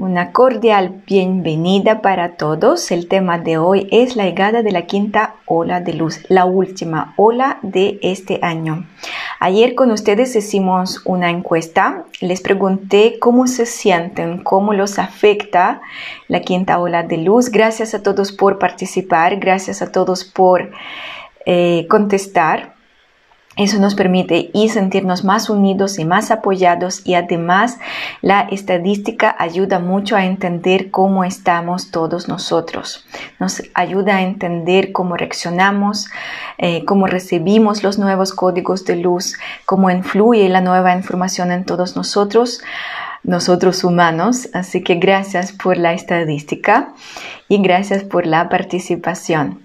Una cordial bienvenida para todos. El tema de hoy es la llegada de la quinta ola de luz, la última ola de este año. Ayer con ustedes hicimos una encuesta. Les pregunté cómo se sienten, cómo los afecta la quinta ola de luz. Gracias a todos por participar, gracias a todos por contestar. Eso nos permite sentirnos más unidos y más apoyados, y además la estadística ayuda mucho a entender cómo estamos todos nosotros. Nos ayuda a entender cómo reaccionamos, cómo recibimos los nuevos códigos de luz, cómo influye la nueva información en todos nosotros humanos. Así que gracias por la estadística y gracias por la participación.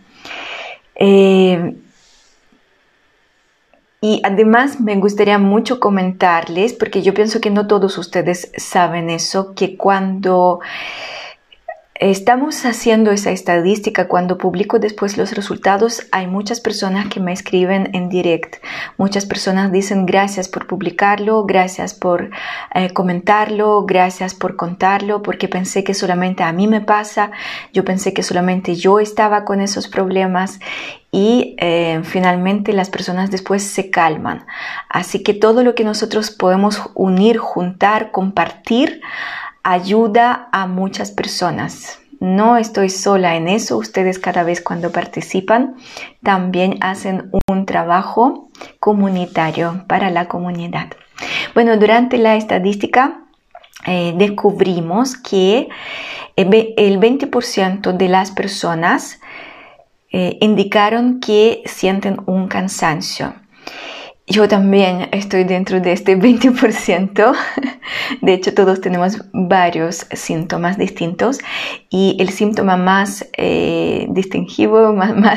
Y además me gustaría mucho comentarles, porque yo pienso que no todos ustedes saben eso, que cuando estamos haciendo esa estadística, cuando publico después los resultados, hay muchas personas que me escriben en direct. Muchas personas dicen gracias por publicarlo, gracias por comentarlo, gracias por contarlo, porque pensé que solamente a mí me pasa, yo pensé que solamente yo estaba con esos problemas. Y finalmente las personas después se calman. Así que todo lo que nosotros podemos unir, juntar, compartir, ayuda a muchas personas. No estoy sola en eso. Ustedes cada vez cuando participan también hacen un trabajo comunitario para la comunidad. Bueno, durante la estadística descubrimos que el 20% de las personas indicaron que sienten un cansancio. Yo también estoy dentro de este 20%. De hecho, todos tenemos varios síntomas distintos, y el síntoma más distintivo,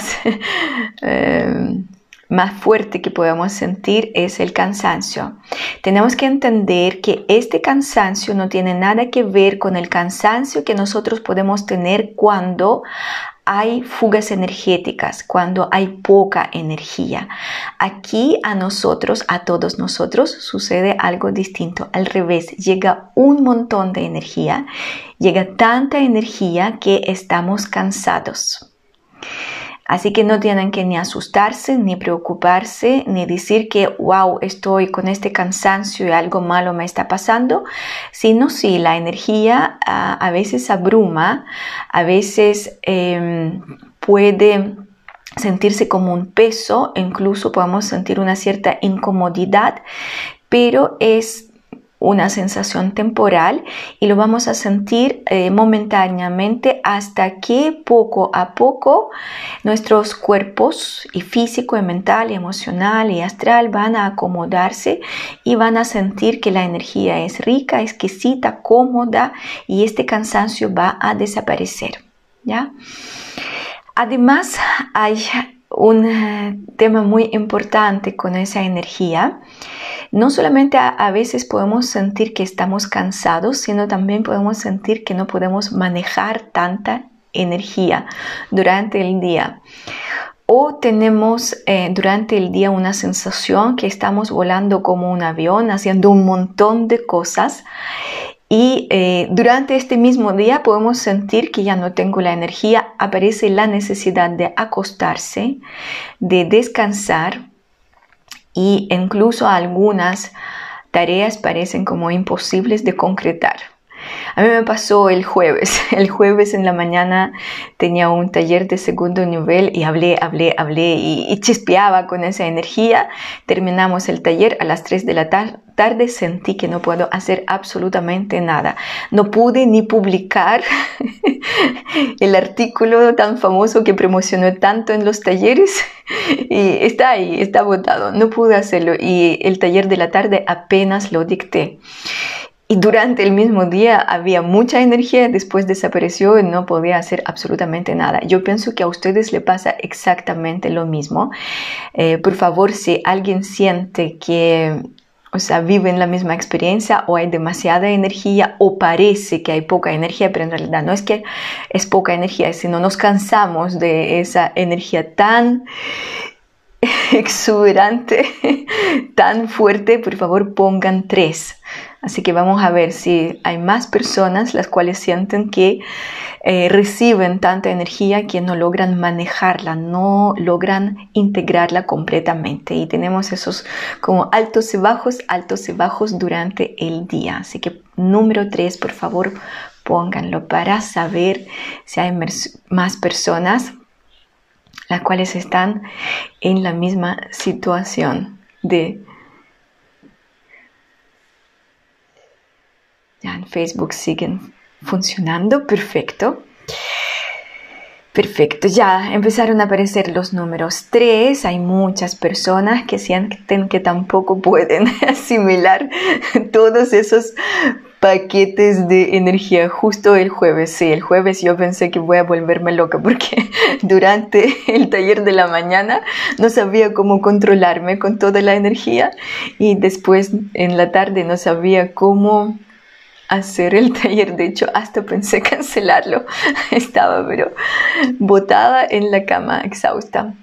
más fuerte que podemos sentir es el cansancio. Tenemos que entender que este cansancio no tiene nada que ver con el cansancio que nosotros podemos tener cuando hay fugas energéticas, cuando hay poca energía. Aquí a todos nosotros, sucede algo distinto. Al revés, llega un montón de energía, llega tanta energía que estamos cansados. Así que no tienen que ni asustarse, ni preocuparse, ni decir que wow, estoy con este cansancio y algo malo me está pasando, sino sí, la energía a veces abruma, a veces puede sentirse como un peso, incluso podemos sentir una cierta incomodidad, pero es una sensación temporal y lo vamos a sentir momentáneamente hasta que poco a poco nuestros cuerpos, y físico, y mental, y emocional, y astral, van a acomodarse y van a sentir que la energía es rica, exquisita, cómoda, y este cansancio va a desaparecer, ¿ya? Además, hay un tema muy importante con esa energía. No solamente a veces podemos sentir que estamos cansados, sino también podemos sentir que no podemos manejar tanta energía durante el día. O tenemos durante el día una sensación que estamos volando como un avión, haciendo un montón de cosas. Y durante este mismo día podemos sentir que ya no tengo la energía, aparece la necesidad de acostarse, de descansar, y incluso algunas tareas parecen como imposibles de concretar. A mí me pasó el jueves. El jueves en la mañana tenía un taller de segundo nivel y hablé y chispeaba con esa energía. Terminamos el taller a las 3 de la tarde. Sentí que no puedo hacer absolutamente nada. No pude ni publicar el artículo tan famoso que promocionó tanto en los talleres, y está ahí, está botado. No pude hacerlo, y el taller de la tarde apenas lo dicté. Y durante el mismo día había mucha energía, después desapareció y no podía hacer absolutamente nada. Yo pienso que a ustedes le pasa exactamente lo mismo. Por favor, si alguien siente que viven la misma experiencia, o hay demasiada energía, o parece que hay poca energía, pero en realidad no es que es poca energía, sino nos cansamos de esa energía tan exuberante, tan fuerte, por favor pongan 3. Así que vamos a ver si hay más personas las cuales sienten que reciben tanta energía que no logran manejarla, no logran integrarla completamente. Y tenemos esos como altos y bajos durante el día. Así que número 3, por favor, pónganlo para saber si hay más personas las cuales están en la misma situación de... Ya en Facebook siguen funcionando, perfecto. Perfecto, ya empezaron a aparecer los números 3. Hay muchas personas que sienten que tampoco pueden asimilar todos esos paquetes de energía. Justo el jueves, sí, el jueves yo pensé que voy a volverme loca porque durante el taller de la mañana no sabía cómo controlarme con toda la energía y después en la tarde no sabía cómo hacer el taller. De hecho, hasta pensé cancelarlo. Estaba pero botada en la cama, exhausta.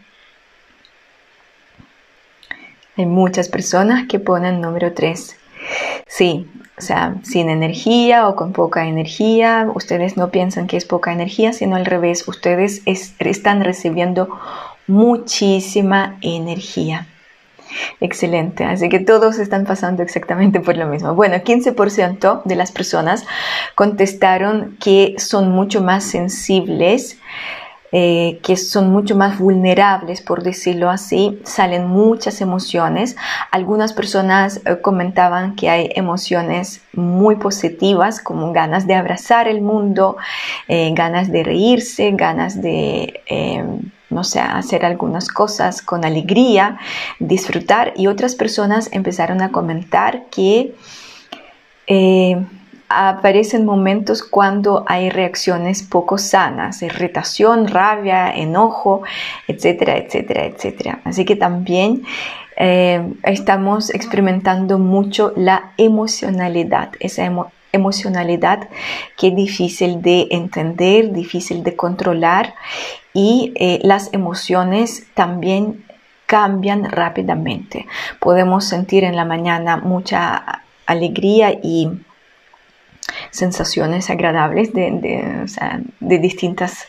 Hay muchas personas que ponen número 3. Sí, o sea, sin energía o con poca energía. Ustedes no piensan que es poca energía, sino al revés. Ustedes están recibiendo muchísima energía. Excelente, así que todos están pasando exactamente por lo mismo. Bueno, 15% de las personas contestaron que son mucho más sensibles, que son mucho más vulnerables, por decirlo así. Salen muchas emociones. Algunas personas comentaban que hay emociones muy positivas, como ganas de abrazar el mundo, ganas de reírse, ganas de... no sé, hacer algunas cosas con alegría, disfrutar. Y otras personas empezaron a comentar que aparecen momentos cuando hay reacciones poco sanas, irritación, rabia, enojo, etcétera, etcétera, etcétera. Así que también estamos experimentando mucho la emocionalidad, esa emocionalidad que es difícil de entender, difícil de controlar, y las emociones también cambian rápidamente. Podemos sentir en la mañana mucha alegría y sensaciones agradables o sea, de distintas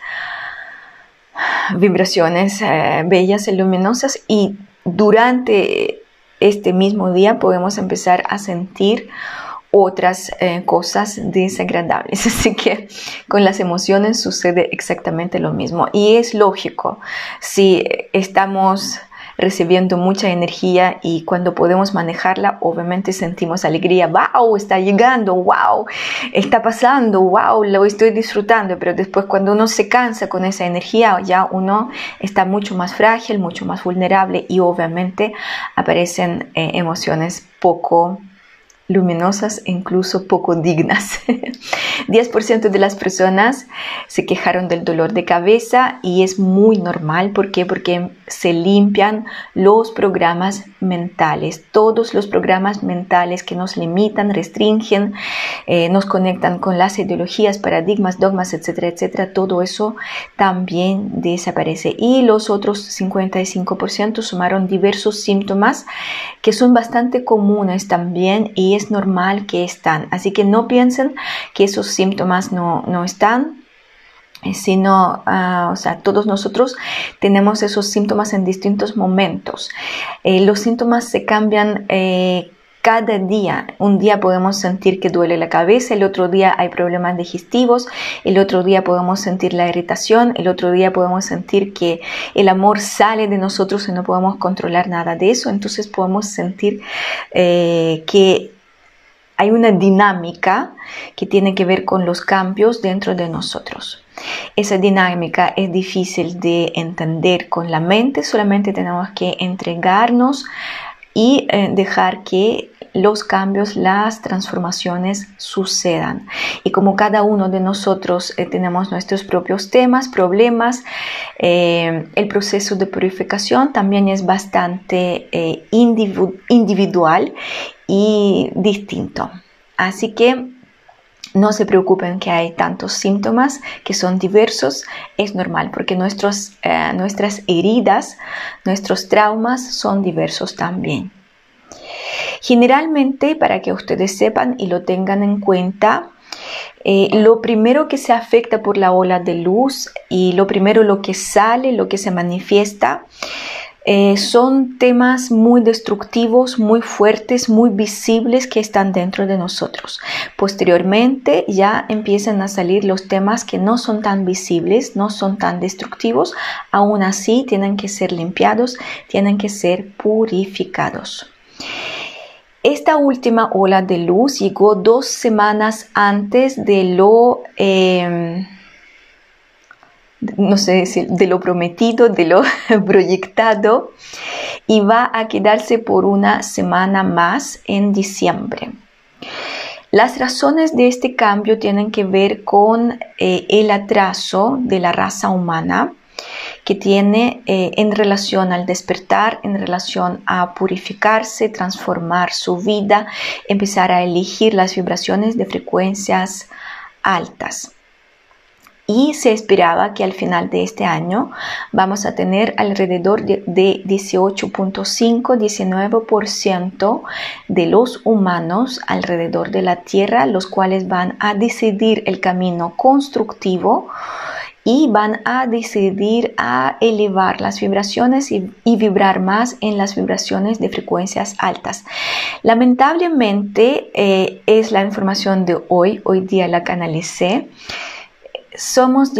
vibraciones bellas y luminosas, y durante este mismo día podemos empezar a sentir otras cosas desagradables. Así que con las emociones sucede exactamente lo mismo, y es lógico. Si estamos recibiendo mucha energía y cuando podemos manejarla, obviamente sentimos alegría. ¡Wow! Está llegando, ¡wow! Está pasando, ¡wow! Lo estoy disfrutando. Pero después, cuando uno se cansa con esa energía, ya uno está mucho más frágil, mucho más vulnerable, y obviamente aparecen emociones poco luminosas e incluso poco dignas. 10% de las personas se quejaron del dolor de cabeza, y es muy normal. ¿Por qué? Porque se limpian los programas mentales, todos los programas mentales que nos limitan, restringen, nos conectan con las ideologías, paradigmas, dogmas, etcétera, etcétera. Todo eso también desaparece. Y los otros 55% sumaron diversos síntomas que son bastante comunes también, y es normal que están. Así que no piensen que esos síntomas no están, sino, o sea, todos nosotros tenemos esos síntomas en distintos momentos. Los síntomas se cambian cada día. Un día podemos sentir que duele la cabeza, el otro día hay problemas digestivos, el otro día podemos sentir la irritación, el otro día podemos sentir que el amor sale de nosotros y no podemos controlar nada de eso. Entonces podemos sentir que hay una dinámica que tiene que ver con los cambios dentro de nosotros. Esa dinámica es difícil de entender con la mente, solamente tenemos que entregarnos y dejar que los cambios, las transformaciones sucedan. Y como cada uno de nosotros tenemos nuestros propios temas, problemas, el proceso de purificación también es bastante individual y distinto. Así que No se preocupen que hay tantos síntomas que son diversos, es normal porque nuestras heridas, nuestros traumas son diversos también. Generalmente, para que ustedes sepan y lo tengan en cuenta, lo primero que se afecta por la ola de luz y lo primero lo que sale, lo que se manifiesta, son temas muy destructivos, muy fuertes, muy visibles que están dentro de nosotros. Posteriormente ya empiezan a salir los temas que no son tan visibles, no son tan destructivos, aún así tienen que ser limpiados, tienen que ser purificados. Esta última ola de luz llegó 2 semanas antes de lo no sé si de lo prometido, de lo proyectado, y va a quedarse por una semana más en diciembre. Las razones de este cambio tienen que ver con el atraso de la raza humana que tiene en relación al despertar, en relación a purificarse, transformar su vida, empezar a elegir las vibraciones de frecuencias altas. Y se esperaba que al final de este año vamos a tener alrededor de 18.5-19% de los humanos alrededor de la Tierra, los cuales van a decidir el camino constructivo y van a decidir a elevar las vibraciones y vibrar más en las vibraciones de frecuencias altas. Lamentablemente es la información de hoy día la canalicé. Somos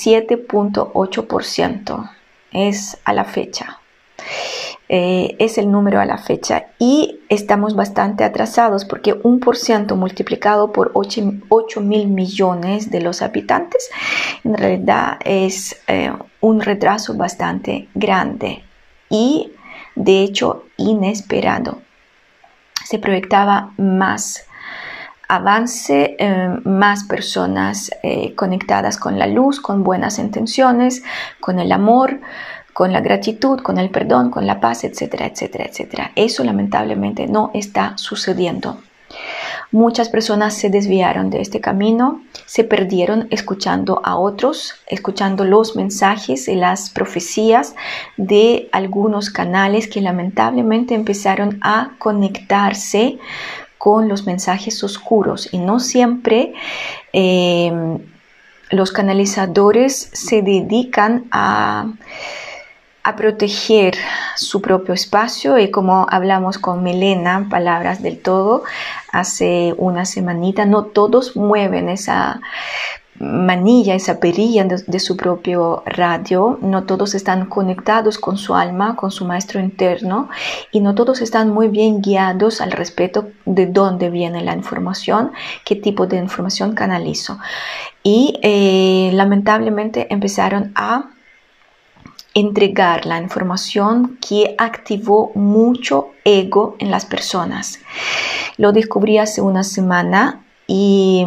17.8%, es a la fecha, es el número a la fecha y estamos bastante atrasados porque 1% multiplicado por 8.000 millones de los habitantes en realidad es un retraso bastante grande y de hecho inesperado. Se proyectaba más avance, más personas conectadas con la luz, con buenas intenciones, con el amor, con la gratitud, con el perdón, con la paz, etcétera, etcétera, etcétera. Eso lamentablemente no está sucediendo. Muchas personas se desviaron de este camino, se perdieron escuchando a otros, escuchando los mensajes y las profecías de algunos canales que lamentablemente empezaron a conectarse con los mensajes oscuros y no siempre los canalizadores se dedican a proteger su propio espacio y como hablamos con Milena, Palabras del Todo, hace una semanita, no todos mueven esa manilla, esa perilla de su propio radio, no todos están conectados con su alma, con su maestro interno y no todos están muy bien guiados al respecto de dónde viene la información, qué tipo de información canalizo y lamentablemente empezaron a entregar la información que activó mucho ego en las personas. Lo descubrí hace una semana y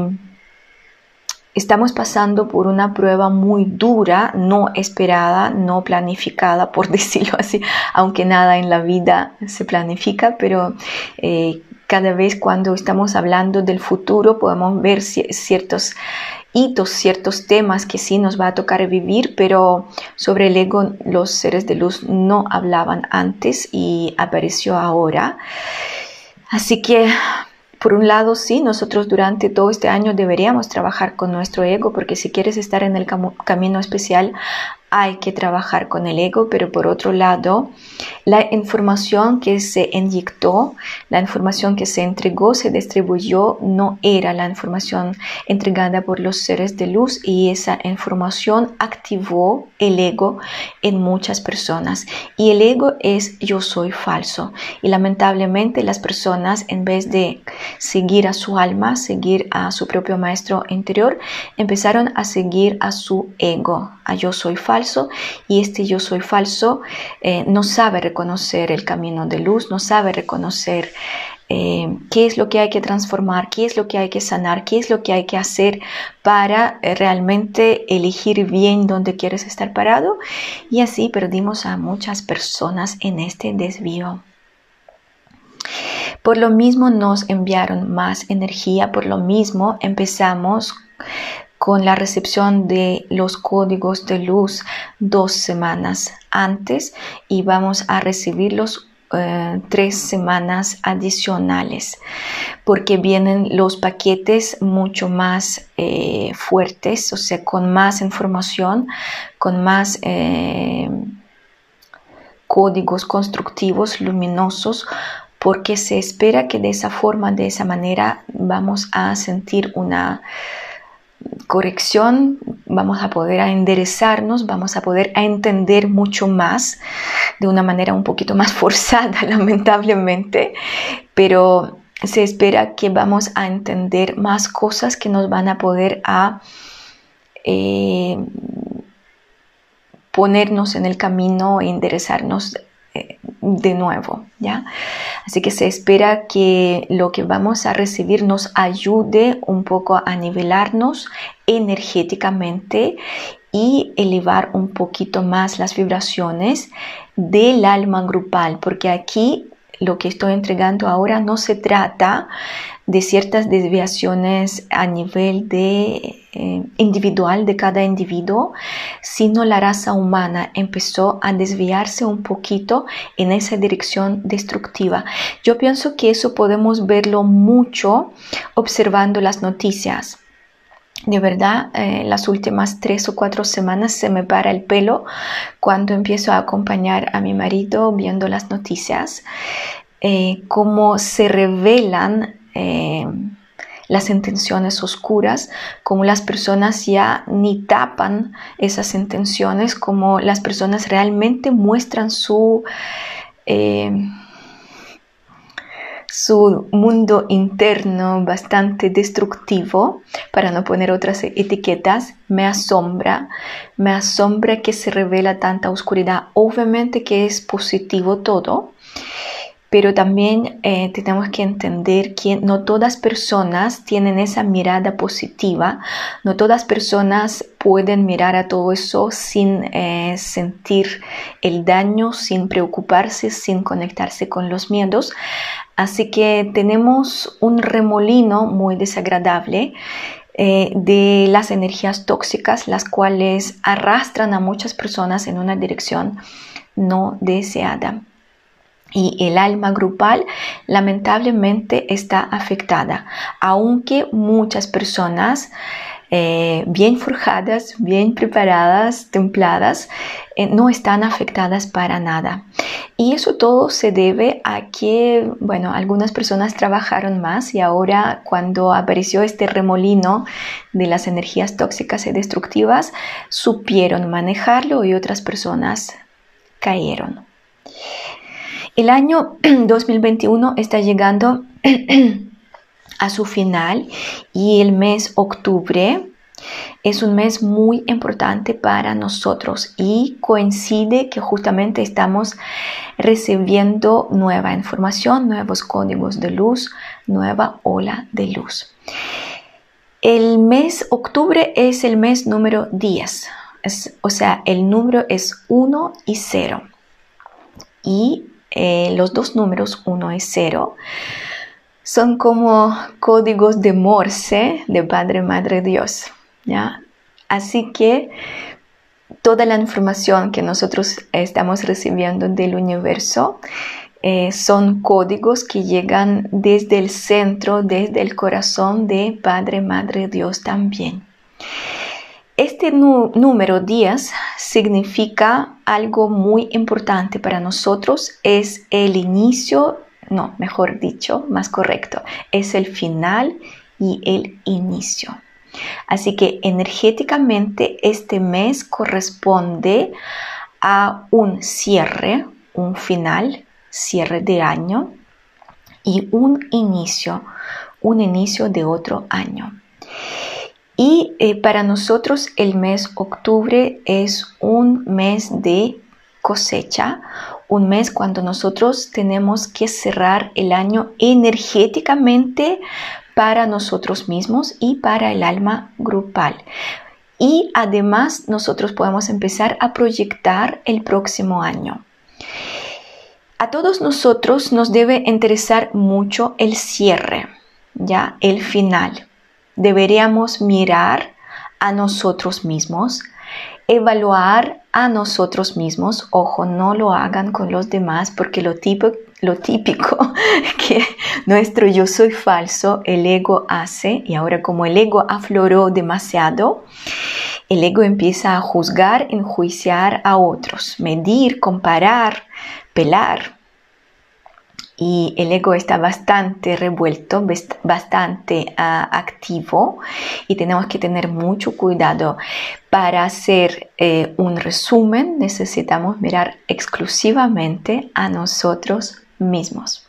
estamos pasando por una prueba muy dura, no esperada, no planificada, por decirlo así, aunque nada en la vida se planifica, pero cada vez cuando estamos hablando del futuro podemos ver ciertos hitos, ciertos temas que sí nos va a tocar vivir, pero sobre el ego los seres de luz no hablaban antes y apareció ahora. Así que por un lado, sí, nosotros durante todo este año deberíamos trabajar con nuestro ego, porque si quieres estar en el camino especial, hay que trabajar con el ego, pero por otro lado, la información que se inyectó, la información que se entregó, se distribuyó, no era la información entregada por los seres de luz y esa información activó el ego en muchas personas. Y el ego es yo soy falso. Y lamentablemente las personas, en vez de seguir a su alma, seguir a su propio maestro interior, empezaron a seguir a su ego, a yo soy falso. Y este yo soy falso no sabe reconocer el camino de luz, no sabe reconocer qué es lo que hay que transformar, qué es lo que hay que sanar, qué es lo que hay que hacer para realmente elegir bien dónde quieres estar parado. Y así perdimos a muchas personas en este desvío. Por lo mismo nos enviaron más energía, por lo mismo empezamos con la recepción de los códigos de luz 2 semanas antes y vamos a recibirlos 3 semanas adicionales, porque vienen los paquetes mucho más fuertes, o sea, con más información, con más códigos constructivos luminosos, porque se espera que de esa forma, de esa manera, vamos a sentir una corrección, vamos a poder enderezarnos, vamos a poder entender mucho más, de una manera un poquito más forzada, lamentablemente, pero se espera que vamos a entender más cosas que nos van a poder ponernos en el camino e enderezarnos de nuevo, ¿ya? Así que se espera que lo que vamos a recibir nos ayude un poco a nivelarnos energéticamente y elevar un poquito más las vibraciones del alma grupal, porque aquí lo que estoy entregando ahora no se trata de ciertas desviaciones a nivel de individual de cada individuo, sino la raza humana empezó a desviarse un poquito en esa dirección destructiva. Yo pienso que eso podemos verlo mucho observando las noticias. De verdad, las últimas 3 o 4 semanas se me para el pelo cuando empiezo a acompañar a mi marido viendo las noticias, cómo se revelan las intenciones oscuras, como las personas ya ni tapan esas intenciones, como las personas realmente muestran su mundo interno bastante destructivo, para no poner otras etiquetas. Me asombra que se revela tanta oscuridad. Obviamente que es positivo todo, pero también tenemos que entender que no todas personas tienen esa mirada positiva, no todas personas pueden mirar a todo eso sin sentir el daño, sin preocuparse, sin conectarse con los miedos. Así que tenemos un remolino muy desagradable de las energías tóxicas, las cuales arrastran a muchas personas en una dirección no deseada. Y el alma grupal lamentablemente está afectada, aunque muchas personas bien forjadas, bien preparadas, templadas, no están afectadas para nada. Y eso todo se debe a que, bueno, algunas personas trabajaron más y ahora cuando apareció este remolino de las energías tóxicas y destructivas, supieron manejarlo y otras personas cayeron. El año 2021 está llegando a su final y el mes octubre es un mes muy importante para nosotros y coincide que justamente estamos recibiendo nueva información, nuevos códigos de luz, nueva ola de luz. El mes octubre es el mes número 10, o sea, el número es 1 y 0 y los dos números 1 y 0 son como códigos de Morse de Padre, Madre, Dios, ¿ya? Así que toda la información que nosotros estamos recibiendo del universo son códigos que llegan desde el centro, desde el corazón de Padre, Madre, Dios también. Este número 10 significa algo muy importante para nosotros, es el inicio, no, mejor dicho, más correcto, es el final y el inicio. Así que energéticamente este mes corresponde a un cierre, un final, cierre de año y un inicio de otro año. Y para nosotros el mes octubre es un mes de cosecha, un mes cuando nosotros tenemos que cerrar el año energéticamente para nosotros mismos y para el alma grupal. Y además nosotros podemos empezar a proyectar el próximo año. A todos nosotros nos debe interesar mucho el cierre, ya el final. Deberíamos mirar a nosotros mismos, evaluar a nosotros mismos. Ojo, no lo hagan con los demás, porque lo típico que nuestro yo soy falso, el ego hace, y ahora como el ego afloró demasiado, el ego empieza a juzgar, enjuiciar a otros, medir, comparar, pelar. Y el ego está bastante revuelto, bastante activo, y tenemos que tener mucho cuidado. Para hacer un resumen necesitamos mirar exclusivamente a nosotros mismos.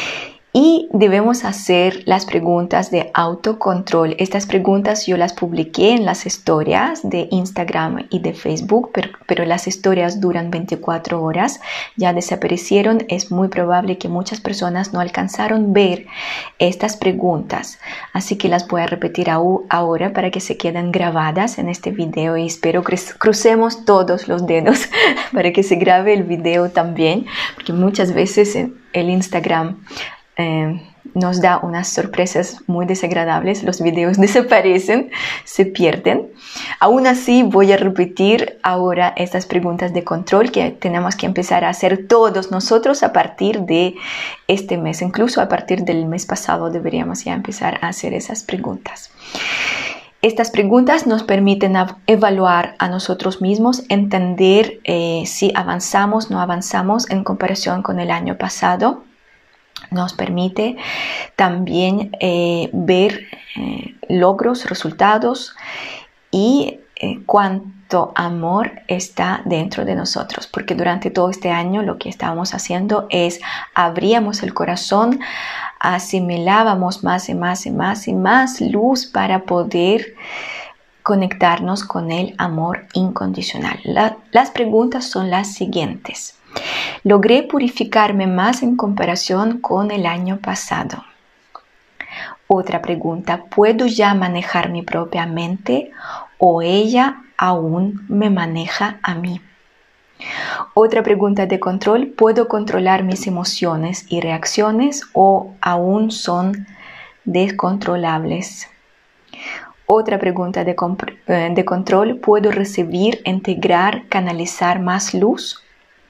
Y debemos hacer las preguntas de autocontrol. Estas preguntas yo las publiqué en las historias de Instagram y de Facebook, pero las historias duran 24 horas, ya desaparecieron. Es muy probable que muchas personas no alcanzaron a ver estas preguntas, así que las voy a repetir ahora para que se queden grabadas en este video, y espero que crucemos todos los dedos para que se grabe el video también, porque muchas veces el Instagram nos da unas sorpresas muy desagradables. Los videos desaparecen, se pierden. Aún así, voy a repetir ahora estas preguntas de control que tenemos que empezar a hacer todos nosotros a partir de este mes. Incluso a partir del mes pasado deberíamos ya empezar a hacer esas preguntas. Estas preguntas nos permiten evaluar a nosotros mismos, entender si avanzamos o no avanzamos en comparación con el año pasado. Nos permite también ver logros, resultados y cuánto amor está dentro de nosotros, porque durante todo este año lo que estábamos haciendo es abríamos el corazón, asimilábamos más y más y más y más luz para poder conectarnos con el amor incondicional. Las preguntas son las siguientes. ¿Logré purificarme más en comparación con el año pasado? Otra pregunta, ¿puedo ya manejar mi propia mente o ella aún me maneja a mí? Otra pregunta de control, ¿puedo controlar mis emociones y reacciones o aún son descontrolables? Otra pregunta de control, ¿puedo recibir, integrar, canalizar más luz?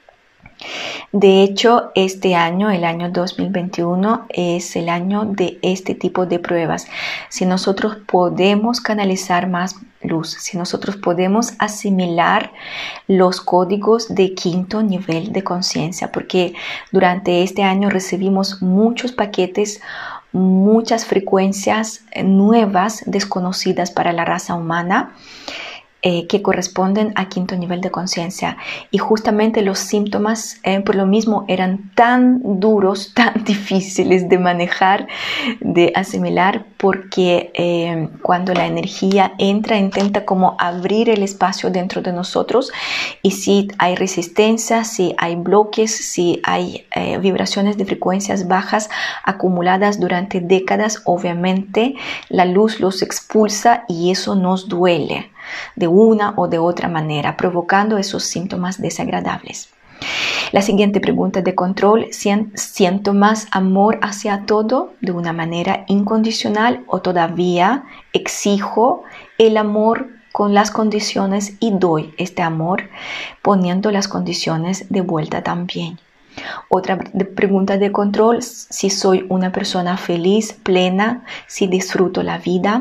De hecho, este año, el año 2021, es el año de este tipo de pruebas. Si nosotros podemos canalizar más luz, si nosotros podemos asimilar los códigos de 5º nivel de conciencia, porque durante este año recibimos muchos paquetes, muchas frecuencias nuevas, desconocidas para la raza humana, que corresponden a 5º nivel de conciencia, y justamente los síntomas por lo mismo eran tan duros, tan difíciles de manejar, de asimilar, porque cuando la energía entra, intenta como abrir el espacio dentro de nosotros, y si hay resistencia, si hay bloques, si hay vibraciones de frecuencias bajas acumuladas durante décadas, obviamente la luz los expulsa y eso nos duele de una o de otra manera, provocando esos síntomas desagradables. La siguiente pregunta de control, ¿siento más amor hacia todo de una manera incondicional o todavía exijo el amor con las condiciones y doy este amor poniendo las condiciones de vuelta también? Otra pregunta de control, si soy una persona feliz, plena, si disfruto la vida.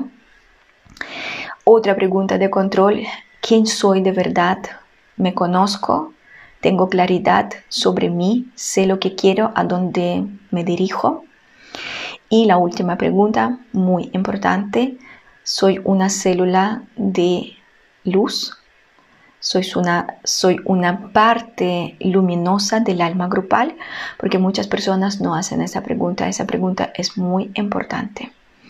Otra pregunta de control, ¿quién soy de verdad? ¿Me conozco? ¿Tengo claridad sobre mí? ¿Sé lo que quiero? ¿A dónde me dirijo? Y la última pregunta, muy importante, ¿soy una célula de luz? ¿Soy una parte luminosa del alma grupal? Porque muchas personas no hacen esa pregunta. Esa pregunta es muy importante.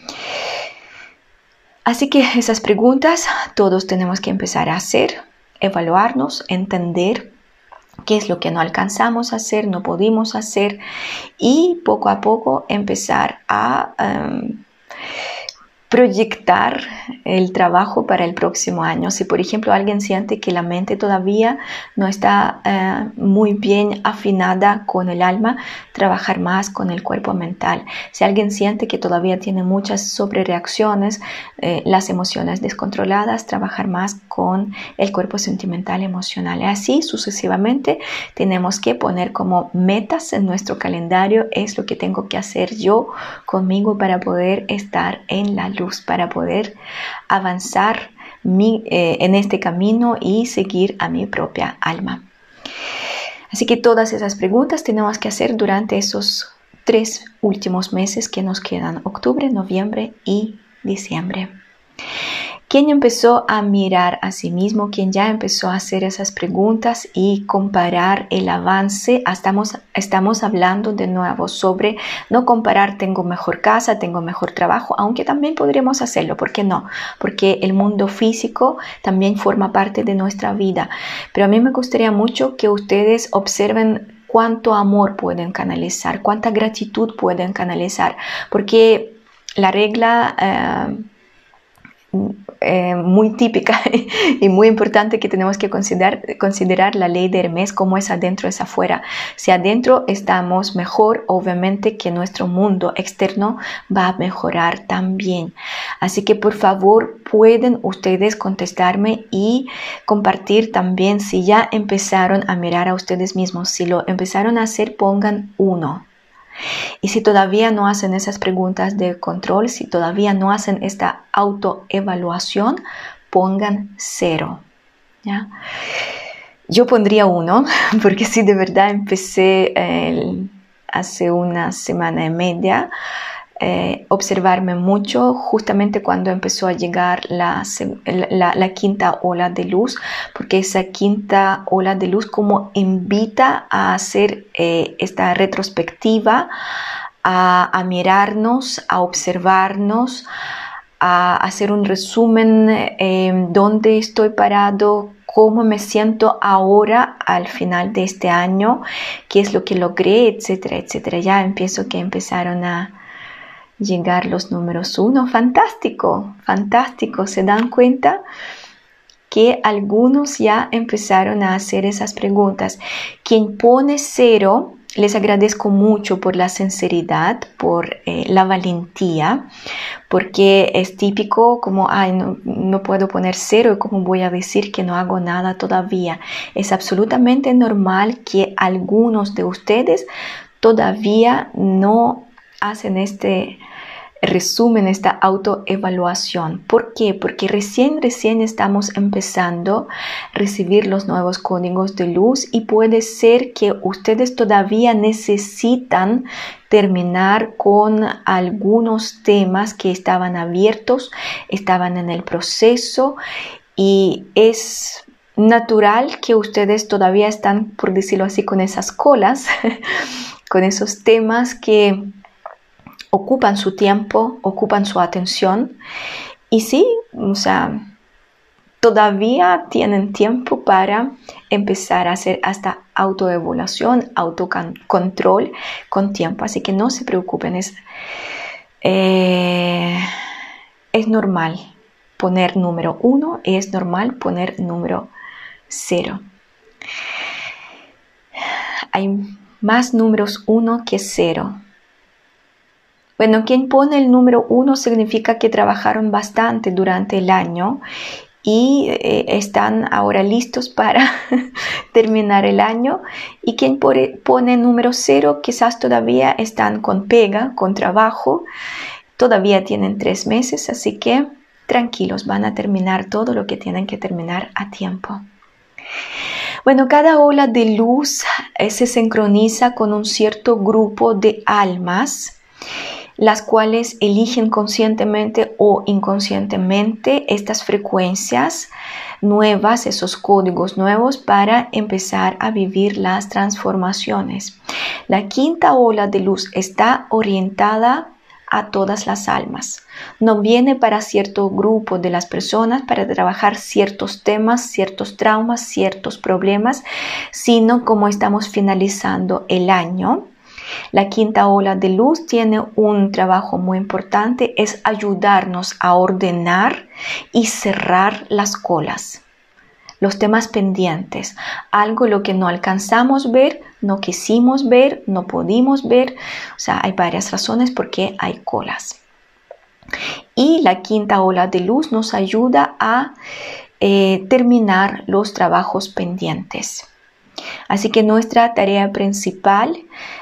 Así que esas preguntas todos tenemos que empezar a hacer, evaluarnos, entender qué es lo que no alcanzamos a hacer, no pudimos hacer, y poco a poco empezar a proyectar el trabajo para el próximo año. Si por ejemplo alguien siente que la mente todavía no está muy bien afinada con el alma, trabajar más con el cuerpo mental. Si alguien siente que todavía tiene muchas sobrereacciones, las emociones descontroladas, trabajar más con el cuerpo sentimental emocional. Así sucesivamente tenemos que poner como metas en nuestro calendario, es lo que tengo que hacer yo conmigo para poder estar en la luz, para poder avanzar en este camino y seguir a mi propia alma. Así que todas esas preguntas tenemos que hacer durante esos 3 últimos meses que nos quedan: octubre, noviembre y diciembre. ¿Quién empezó a mirar a sí mismo? ¿Quién ya empezó a hacer esas preguntas y comparar el avance? Estamos hablando de nuevo sobre no comparar tengo mejor casa, tengo mejor trabajo, aunque también podríamos hacerlo. ¿Por qué no? Porque el mundo físico también forma parte de nuestra vida. Pero a mí me gustaría mucho que ustedes observen cuánto amor pueden canalizar, cuánta gratitud pueden canalizar. Porque la regla muy típica y muy importante que tenemos que considerar la ley de Hermes, como es adentro es afuera. Si adentro estamos mejor, obviamente que nuestro mundo externo va a mejorar también. Así que por favor pueden ustedes contestarme y compartir también si ya empezaron a mirar a ustedes mismos. Si lo empezaron a hacer, pongan 1. Y si todavía no hacen esas preguntas de control, si todavía no hacen esta autoevaluación, pongan 0. ¿Ya? Yo pondría 1, porque sí, de verdad empecé hace una semana y media observarme mucho, justamente cuando empezó a llegar la quinta ola de luz, porque esa quinta ola de luz como invita a hacer esta retrospectiva, a mirarnos, a observarnos, a hacer un resumen, dónde estoy parado, cómo me siento ahora al final de este año, qué es lo que logré, etcétera, etcétera. Ya empezaron a llegar los números 1. Fantástico, fantástico. ¿Se dan cuenta? Que algunos ya empezaron a hacer esas preguntas. Quien pone 0, les agradezco mucho por la sinceridad, por la valentía, porque es típico como, no puedo poner 0 y cómo voy a decir que no hago nada todavía. Es absolutamente normal que algunos de ustedes todavía no hacen este resumen, esta autoevaluación. ¿Por qué? Porque recién estamos empezando a recibir los nuevos códigos de luz y puede ser que ustedes todavía necesitan terminar con algunos temas que estaban abiertos, estaban en el proceso, y es natural que ustedes todavía están, por decirlo así, con esas colas, con esos temas que ocupan su tiempo, ocupan su atención. Y sí, o sea, todavía tienen tiempo para empezar a hacer hasta autoevaluación, autocontrol con tiempo. Así que no se preocupen, es normal poner número 1, es normal poner número 0. Hay más números 1 que 0. Bueno, quien pone el número 1 significa que trabajaron bastante durante el año y están ahora listos para terminar el año. Y quien pone número 0, quizás todavía están con pega, con trabajo, todavía tienen 3 meses, así que tranquilos, van a terminar todo lo que tienen que terminar a tiempo. Bueno, cada ola de luz se sincroniza con un cierto grupo de almas, las cuales eligen conscientemente o inconscientemente estas frecuencias nuevas, esos códigos nuevos, para empezar a vivir las transformaciones. La quinta ola de luz está orientada a todas las almas. No viene para cierto grupo de las personas para trabajar ciertos temas, ciertos traumas, ciertos problemas, sino como estamos finalizando el año, La quinta ola de luz tiene un trabajo muy importante, es ayudarnos a ordenar y cerrar las colas, los temas pendientes, algo lo que no alcanzamos ver, no quisimos ver, no pudimos ver. O sea, hay varias razones por qué hay colas. Y la quinta ola de luz nos ayuda a terminar los trabajos pendientes. Así que nuestra tarea principal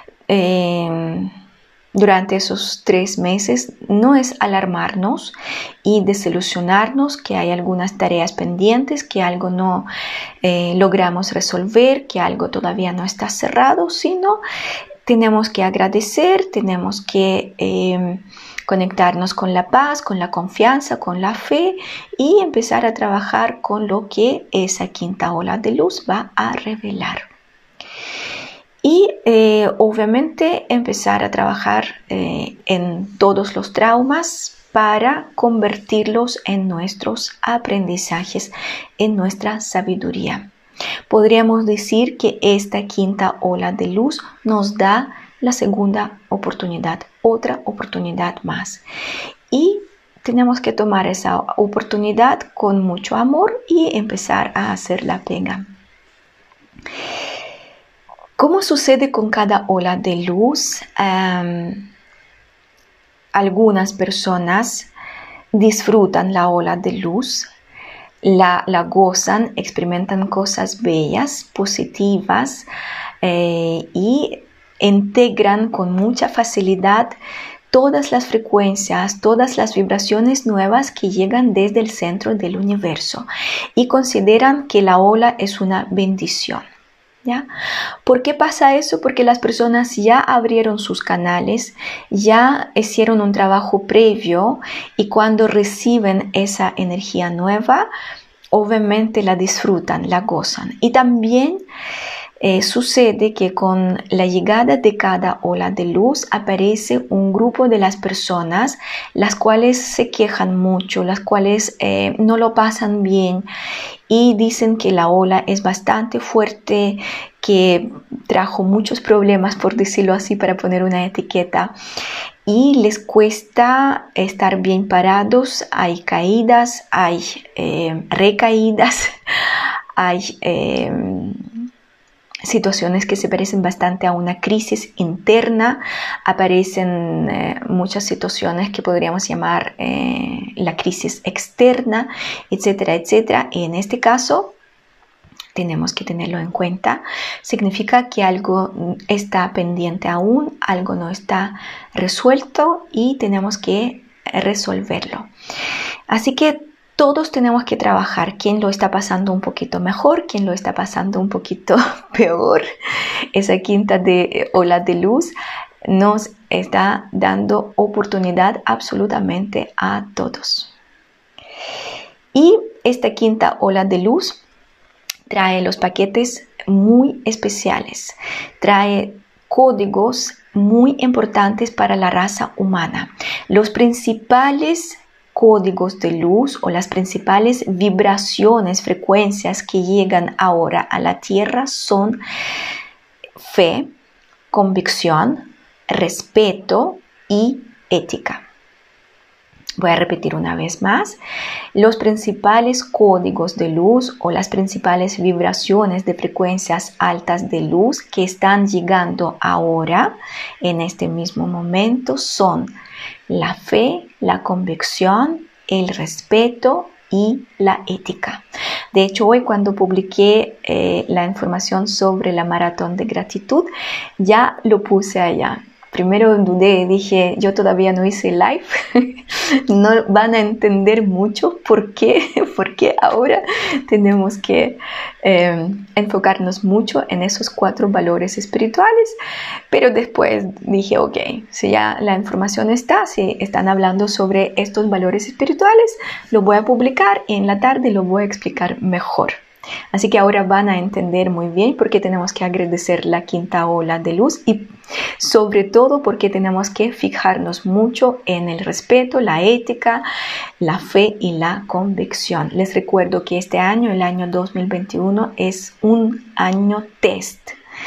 durante esos 3 meses no es alarmarnos y desilusionarnos que hay algunas tareas pendientes, que algo no logramos resolver, que algo todavía no está cerrado, sino tenemos que agradecer, tenemos que conectarnos con la paz, con la confianza, con la fe y empezar a trabajar con lo que esa quinta ola de luz va a revelar. Y obviamente empezar a trabajar en todos los traumas para convertirlos en nuestros aprendizajes, en nuestra sabiduría. Podríamos decir que esta quinta ola de luz nos da la segunda oportunidad, otra oportunidad más. Y tenemos que tomar esa oportunidad con mucho amor y empezar a hacer la pega. ¿Cómo sucede con cada ola de luz? Algunas personas disfrutan la ola de luz, la gozan, experimentan cosas bellas, positivas y integran con mucha facilidad todas las frecuencias, todas las vibraciones nuevas que llegan desde el centro del universo y consideran que la ola es una bendición. ¿Ya? ¿Por qué pasa eso? Porque las personas ya abrieron sus canales, ya hicieron un trabajo previo y cuando reciben esa energía nueva, obviamente la disfrutan, la gozan. Y también sucede que con la llegada de cada ola de luz aparece un grupo de las personas las cuales se quejan mucho, las cuales no lo pasan bien y dicen que la ola es bastante fuerte, que trajo muchos problemas, por decirlo así, para poner una etiqueta, y les cuesta estar bien parados. Hay caídas, hay recaídas, hay situaciones que se parecen bastante a una crisis interna, aparecen muchas situaciones que podríamos llamar la crisis externa, etcétera, etcétera. Y en este caso tenemos que tenerlo en cuenta. Significa que algo está pendiente aún, algo no está resuelto y tenemos que resolverlo. Así que todos tenemos que trabajar, quién lo está pasando un poquito mejor, quién lo está pasando un poquito peor. Esa quinta ola de luz nos está dando oportunidad absolutamente a todos. Y esta quinta ola de luz trae los paquetes muy especiales, trae códigos muy importantes para la raza humana. Los principales códigos de luz o las principales vibraciones, frecuencias que llegan ahora a la Tierra son fe, convicción, respeto y ética. Voy a repetir una vez más. Los principales códigos de luz o las principales vibraciones de frecuencias altas de luz que están llegando ahora en este mismo momento son la fe, la convicción, el respeto y la ética. De hecho, hoy cuando publiqué la información sobre la maratón de gratitud, ya lo puse allá. Primero dudé, dije, yo todavía no hice live, no van a entender mucho por qué ahora tenemos que enfocarnos mucho en esos 4 valores espirituales. Pero después dije, ok, si ya la información está, si están hablando sobre estos valores espirituales, lo voy a publicar y en la tarde lo voy a explicar mejor. Así que ahora van a entender muy bien por qué tenemos que agradecer la quinta ola de luz y sobre todo por qué tenemos que fijarnos mucho en el respeto, la ética, la fe y la convicción. Les recuerdo que este año, el año 2021, es un año test.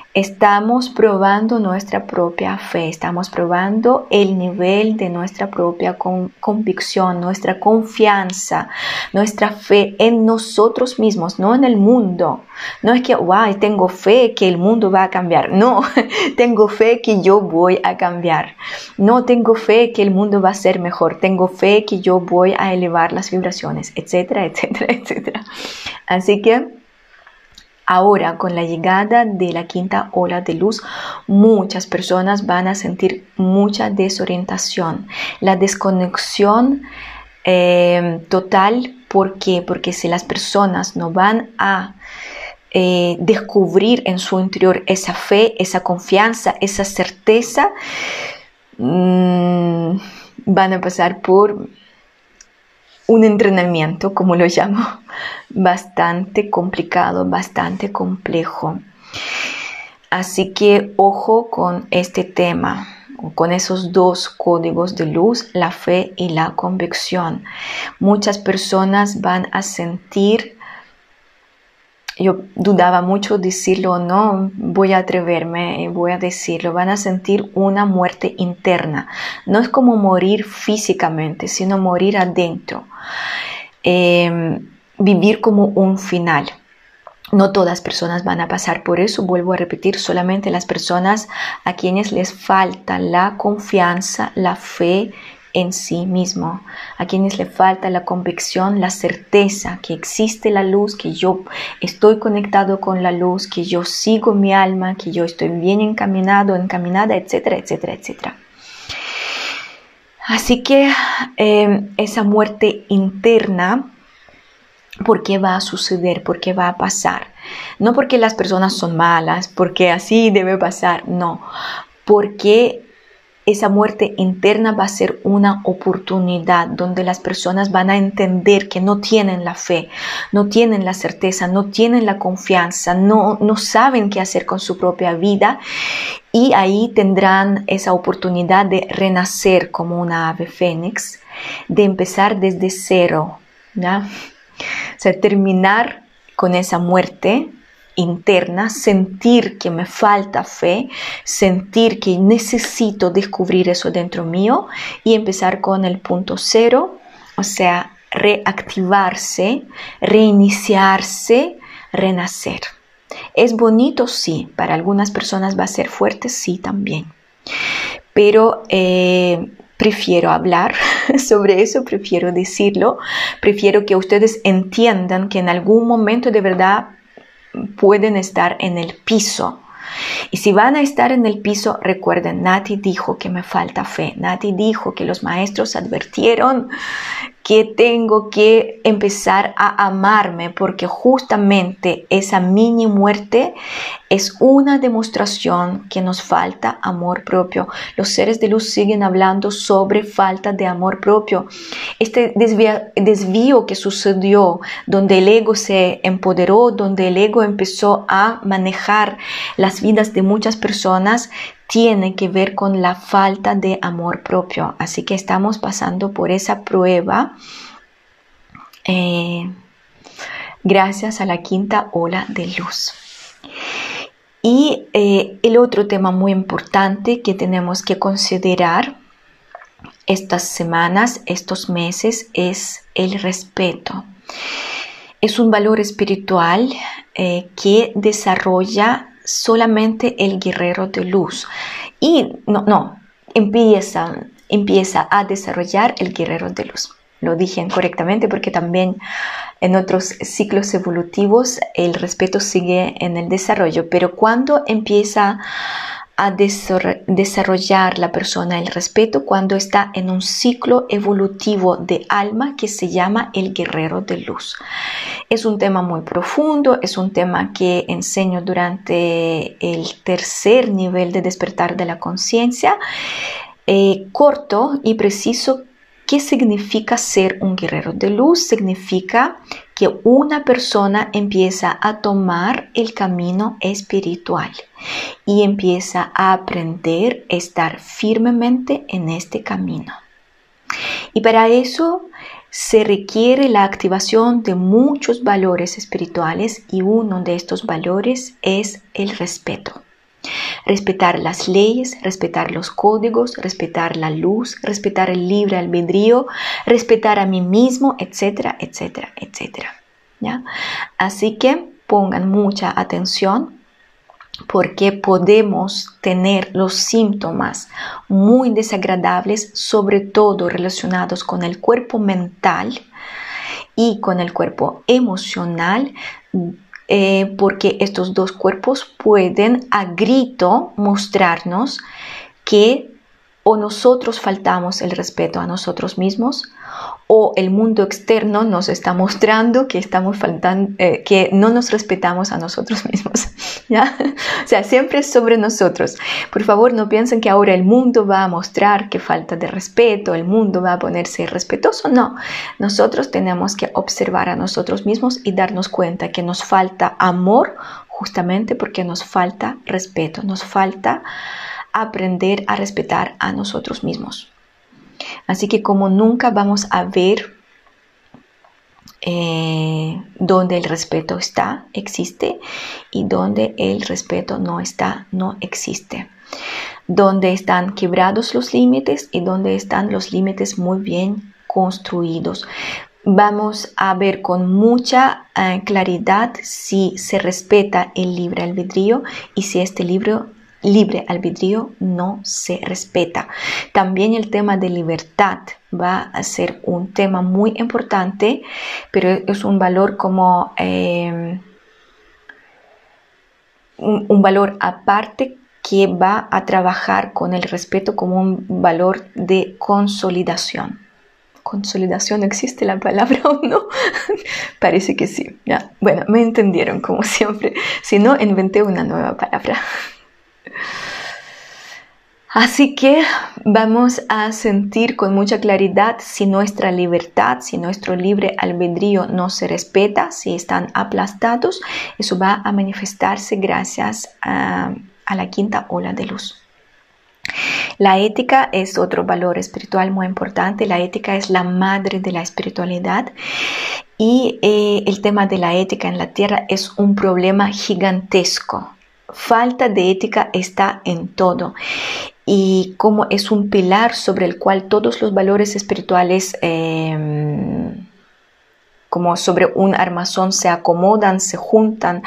Estamos probando nuestra propia fe, estamos probando el nivel de nuestra propia convicción, nuestra confianza, nuestra fe en nosotros mismos, no en el mundo. No es que, wow, tengo fe que el mundo va a cambiar. No, tengo fe que yo voy a cambiar. No tengo fe que el mundo va a ser mejor. Tengo fe que yo voy a elevar las vibraciones, etcétera, etcétera, etcétera. Así que ahora, con la llegada de la quinta ola de luz, muchas personas van a sentir mucha desorientación, la desconexión total. ¿Por qué? Porque si las personas no van a descubrir en su interior esa fe, esa confianza, esa certeza, van a pasar por un entrenamiento, como lo llamo, bastante complicado, bastante complejo. Así que ojo con este tema, con esos dos códigos de luz, la fe y la convicción. Muchas personas van a sentir, yo dudaba mucho decirlo o no, voy a atreverme, voy a decirlo, van a sentir una muerte interna. No es como morir físicamente, sino morir adentro. Vivir como un final. No todas las personas van a pasar por eso, vuelvo a repetir, solamente las personas a quienes les falta la confianza, la fe en sí mismo, a quienes les falta la convicción, la certeza que existe la luz, que yo estoy conectado con la luz, que yo sigo mi alma, que yo estoy bien encaminado, encaminada, etcétera, etcétera, etcétera. Así que esa muerte interna, ¿por qué va a suceder? ¿Por qué va a pasar? No porque las personas son malas, porque así debe pasar, no. Porque esa muerte interna va a ser una oportunidad donde las personas van a entender que no tienen la fe, no tienen la certeza, no tienen la confianza, no saben qué hacer con su propia vida, y ahí tendrán esa oportunidad de renacer como una ave fénix, de empezar desde cero, ¿no? O sea, terminar con esa muerte interna, sentir que me falta fe, sentir que necesito descubrir eso dentro mío y empezar con el punto cero, o sea, reactivarse, reiniciarse, renacer. ¿Es bonito? Sí. Para algunas personas va a ser fuerte, sí también. Pero prefiero hablar sobre eso, prefiero decirlo, prefiero que ustedes entiendan que en algún momento de verdad pueden estar en el piso. Y si van a estar en el piso, recuerden, Nati dijo que me falta fe. Nati dijo que los maestros advirtieron que tengo que empezar a amarme, porque justamente esa mini muerte es una demostración que nos falta amor propio. Los seres de luz siguen hablando sobre falta de amor propio. Este desvío que sucedió, donde el ego se empoderó, donde el ego empezó a manejar las vidas de muchas personas, tiene que ver con la falta de amor propio. Así que estamos pasando por esa prueba gracias a la quinta ola de luz. Y el otro tema muy importante que tenemos que considerar estas semanas, estos meses, es el respeto. Es un valor espiritual que desarrolla solamente el guerrero de luz. Y empieza a desarrollar el guerrero de luz. Lo dije incorrectamente porque también en otros ciclos evolutivos el respeto sigue en el desarrollo. Pero cuando empieza a desarrollar la persona el respeto, cuando está en un ciclo evolutivo de alma que se llama el guerrero de luz. Es un tema muy profundo, es un tema que enseño durante el tercer nivel de despertar de la conciencia, corto y preciso. ¿Qué significa ser un guerrero de luz? Significa que una persona empieza a tomar el camino espiritual y empieza a aprender a estar firmemente en este camino. Y para eso se requiere la activación de muchos valores espirituales, y uno de estos valores es el respeto. Respetar las leyes, respetar los códigos, respetar la luz, respetar el libre albedrío, respetar a mí mismo, etcétera, etcétera, etcétera. ¿Ya? Así que pongan mucha atención porque podemos tener los síntomas muy desagradables, sobre todo relacionados con el cuerpo mental y con el cuerpo emocional, porque estos dos cuerpos pueden a grito mostrarnos que o nosotros faltamos el respeto a nosotros mismos o el mundo externo nos está mostrando que estamos faltando, que no nos respetamos a nosotros mismos, ¿ya? O sea, siempre es sobre nosotros. Por favor, no piensen que ahora el mundo va a mostrar que falta de respeto, el mundo va a ponerse irrespetuoso. No, nosotros tenemos que observar a nosotros mismos y darnos cuenta que nos falta amor justamente porque nos falta respeto, nos falta aprender a respetar a nosotros mismos. Así que como nunca vamos a ver donde el respeto existe y donde el respeto no está, no existe. Donde están quebrados los límites y donde están los límites muy bien construidos. Vamos a ver con mucha claridad si se respeta el libre albedrío y si este libre albedrío no se respeta. También el tema de libertad va a ser un tema muy importante, pero es un valor como un valor aparte que va a trabajar con el respeto como un valor de consolidación. ¿Consolidación existe la palabra o no? Parece que sí. ¿Ya? Bueno, me entendieron como siempre. Si no, inventé una nueva palabra. Así que vamos a sentir con mucha claridad si nuestra libertad, si nuestro libre albedrío no se respeta, si están aplastados. Eso va a manifestarse gracias a la quinta ola de luz. La ética es otro valor espiritual muy importante. La ética es la madre de la espiritualidad y el tema de la ética en la tierra es un problema gigantesco. Falta de ética está en todo y como es un pilar sobre el cual todos los valores espirituales como sobre un armazón se acomodan, se juntan,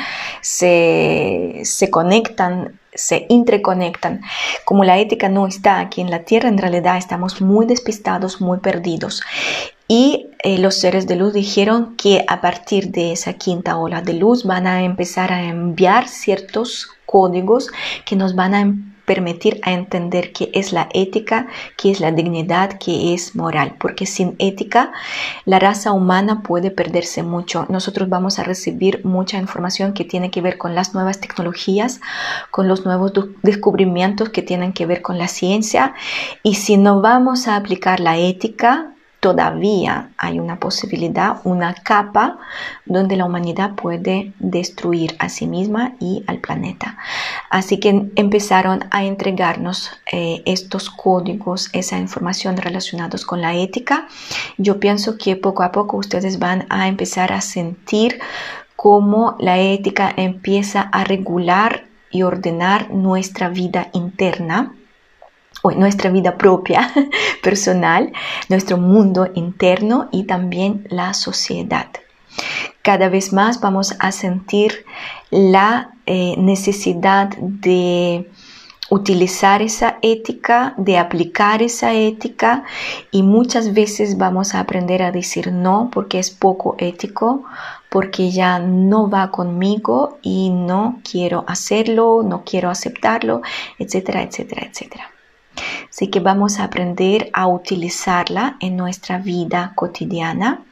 se conectan, se interconectan. Como la ética no está aquí en la tierra, en realidad estamos muy despistados, muy perdidos. Y los seres de luz dijeron que a partir de esa quinta ola de luz van a empezar a enviar ciertos códigos que nos van a permitir a entender qué es la ética, qué es la dignidad, qué es moral. Porque sin ética la raza humana puede perderse mucho. Nosotros vamos a recibir mucha información que tiene que ver con las nuevas tecnologías, con los nuevos descubrimientos que tienen que ver con la ciencia. Y si no vamos a aplicar la ética, todavía hay una posibilidad, una capa donde la humanidad puede destruir a sí misma y al planeta. Así que empezaron a entregarnos estos códigos, esa información relacionados con la ética. Yo pienso que poco a poco ustedes van a empezar a sentir cómo la ética empieza a regular y ordenar nuestra vida interna, o nuestra vida propia, personal, nuestro mundo interno y también la sociedad. Cada vez más vamos a sentir la necesidad de utilizar esa ética, de aplicar esa ética y muchas veces vamos a aprender a decir no porque es poco ético, porque ya no va conmigo y no quiero hacerlo, no quiero aceptarlo, etcétera, etcétera, etcétera. Así que vamos a aprender a utilizarla en nuestra vida cotidiana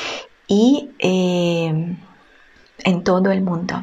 y en todo el mundo.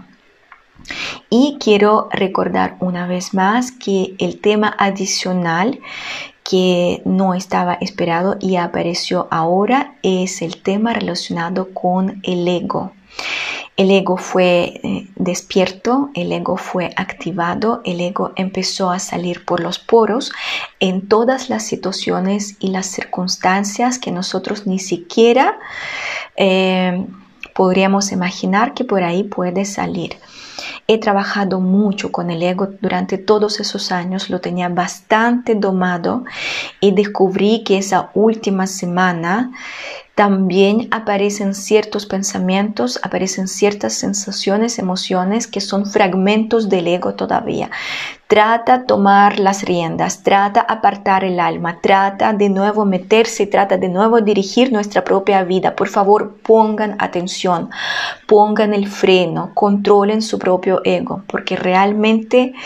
Y quiero recordar una vez más que el tema adicional que no estaba esperado y apareció ahora es el tema relacionado con el ego. El ego fue despierto, el ego fue activado, el ego empezó a salir por los poros en todas las situaciones y las circunstancias que nosotros ni siquiera podríamos imaginar que por ahí puede salir. He trabajado mucho con el ego durante todos esos años, lo tenía bastante domado y descubrí que esa última semana también aparecen ciertos pensamientos, aparecen ciertas sensaciones, emociones que son fragmentos del ego todavía. Trata de tomar las riendas, trata de apartar el alma, trata de nuevo meterse, trata de nuevo dirigir nuestra propia vida. Por favor, pongan atención, pongan el freno, controlen su propio ego, porque realmente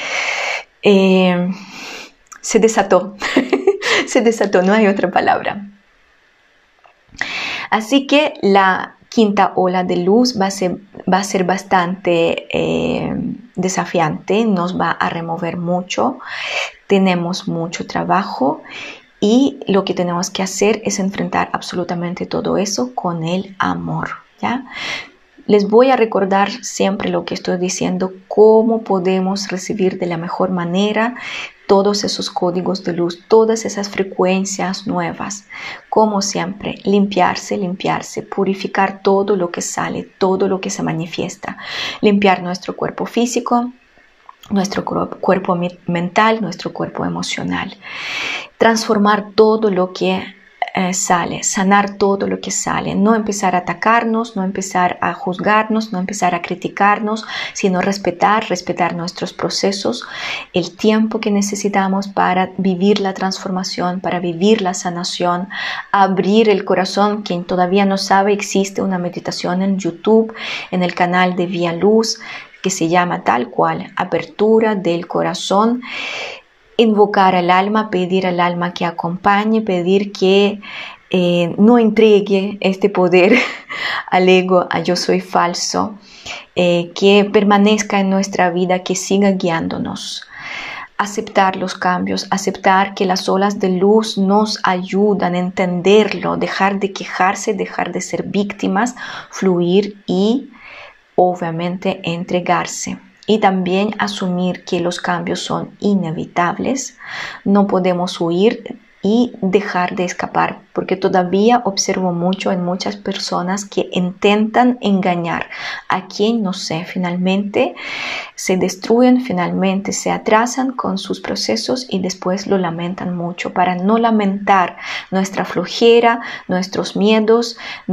se desató, se desató, no hay otra palabra. Así que la quinta ola de luz va a ser bastante desafiante, nos va a remover mucho, tenemos mucho trabajo y lo que tenemos que hacer es enfrentar absolutamente todo eso con el amor, ¿ya? Les voy a recordar siempre lo que estoy diciendo, cómo podemos recibir de la mejor manera todos esos códigos de luz, todas esas frecuencias nuevas. Como siempre, limpiarse, purificar todo lo que sale, todo lo que se manifiesta. Limpiar nuestro cuerpo físico, nuestro cuerpo mental, nuestro cuerpo emocional. Transformar todo lo que sale, sanar todo lo que sale, no empezar a atacarnos, no empezar a juzgarnos, no empezar a criticarnos, sino respetar nuestros procesos, el tiempo que necesitamos para vivir la transformación, para vivir la sanación, abrir el corazón. Quien todavía no sabe, existe una meditación en YouTube, en el canal de Vía Luz, que se llama tal cual, Apertura del Corazón. Invocar al alma, pedir al alma que acompañe, pedir que no entregue este poder al ego, a yo soy falso, que permanezca en nuestra vida, que siga guiándonos. Aceptar los cambios, aceptar que las olas de luz nos ayudan a entenderlo, dejar de quejarse, dejar de ser víctimas, fluir y obviamente entregarse. Y también asumir que los cambios son inevitables, no podemos huir y dejar de escapar, porque todavía observo mucho en muchas personas que intentan engañar a quien no sé, finalmente se destruyen, finalmente se atrasan con sus procesos y después lo lamentan mucho. Para no lamentar nuestra flojera, nuestros miedos,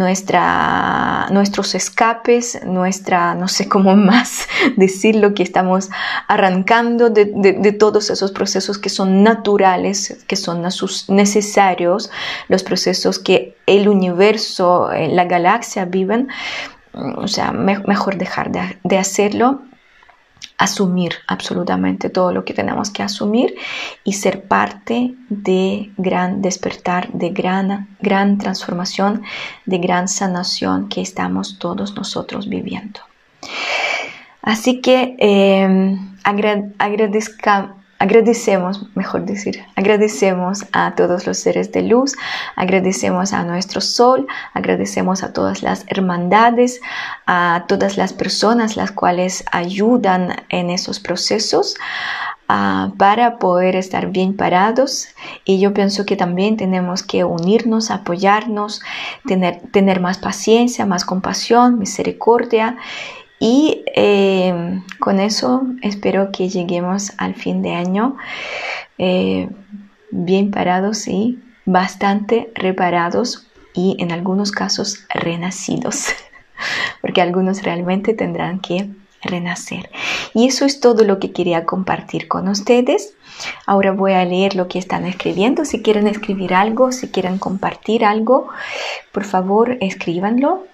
nuestros escapes, no sé cómo más decir lo que estamos arrancando de todos esos procesos que son naturales, que son necesarios, los procesos que el universo, la galaxia viven, o sea, mejor dejar de hacerlo, asumir absolutamente todo lo que tenemos que asumir y ser parte de gran despertar, de gran transformación, de gran sanación que estamos todos nosotros viviendo. Así que agradecemos a todos los seres de luz, agradecemos a nuestro sol, agradecemos a todas las hermandades, a todas las personas las cuales ayudan en esos procesos para poder estar bien parados. Y yo pienso que también tenemos que unirnos, apoyarnos, tener más paciencia, más compasión, misericordia. Y con eso espero que lleguemos al fin de año bien parados y bastante reparados y en algunos casos renacidos, porque algunos realmente tendrán que renacer. Y eso es todo lo que quería compartir con ustedes. Ahora voy a leer lo que están escribiendo. Si quieren escribir algo, si quieren compartir algo, por favor escríbanlo.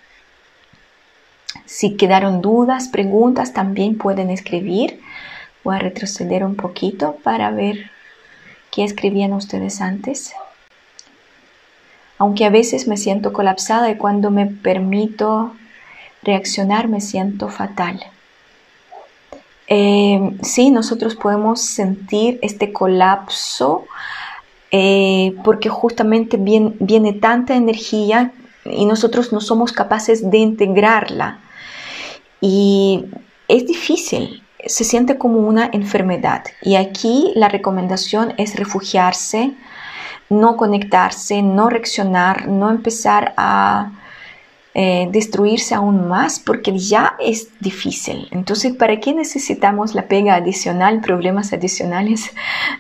Si quedaron dudas, preguntas, también pueden escribir. Voy a retroceder un poquito para ver qué escribían ustedes antes. Aunque a veces me siento colapsada y cuando me permito reaccionar me siento fatal. Sí, nosotros podemos sentir este colapso porque justamente viene tanta energía y nosotros no somos capaces de integrarla. Y es difícil, se siente como una enfermedad. Y aquí la recomendación es refugiarse, no conectarse, no reaccionar, no empezar a destruirse aún más porque ya es difícil. Entonces, ¿para qué necesitamos la pega adicional, problemas adicionales?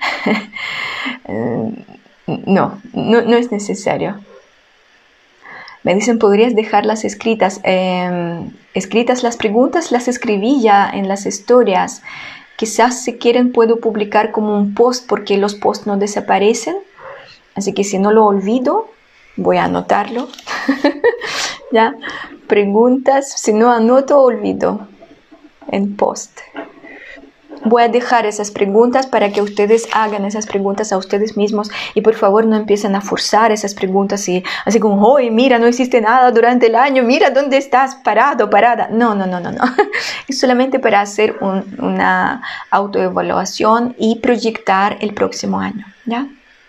No es necesario. Me dicen, ¿podrías dejarlas escritas? Escritas las preguntas, las escribí ya en las historias. Quizás si quieren puedo publicar como un post porque los posts no desaparecen. Así que si no lo olvido, voy a anotarlo. ¿Ya? Preguntas, si no anoto, olvido en post. Voy a dejar esas preguntas para que ustedes hagan esas preguntas a ustedes mismos y por favor no empiecen a forzar esas preguntas y así como, oye, mira, no hiciste nada durante el año, mira dónde estás, parado, parada. No. Es solamente para hacer una autoevaluación y proyectar el próximo año, ¿ya?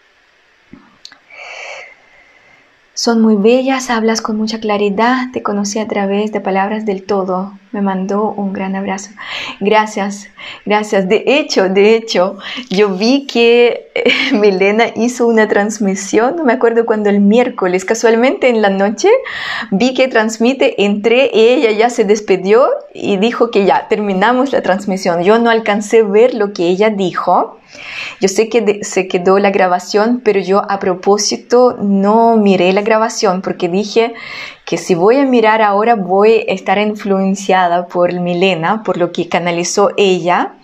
Son muy bellas, hablas con mucha claridad, te conocí a través de Palabras del Todo. Me mandó un gran abrazo. Gracias. De hecho, yo vi que Milena hizo una transmisión, no me acuerdo cuándo, el miércoles, casualmente en la noche, vi que transmite, entré, ella ya se despidió y dijo que ya terminamos la transmisión. Yo no alcancé a ver lo que ella dijo. Yo sé que se quedó la grabación, pero yo a propósito no miré la grabación porque dije que si voy a mirar ahora voy a estar influenciada por Milena, por lo que canalizó ella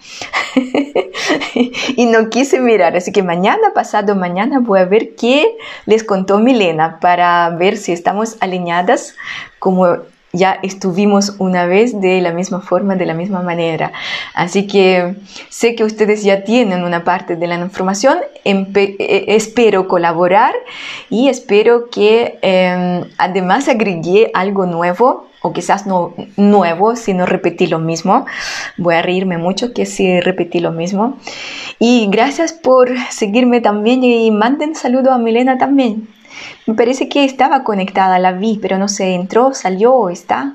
y no quise mirar. Así que pasado mañana voy a ver qué les contó Milena para ver si estamos alineadas como ya estuvimos una vez de la misma forma, de la misma manera. Así que sé que ustedes ya tienen una parte de la información. Espero colaborar y espero que además agregué algo nuevo, o quizás no nuevo, sino repetí lo mismo. Voy a reírme mucho que si repetí lo mismo. Y gracias por seguirme también y manden saludo a Milena también. Me parece que estaba conectada, la vi, pero no sé, entró, salió o está.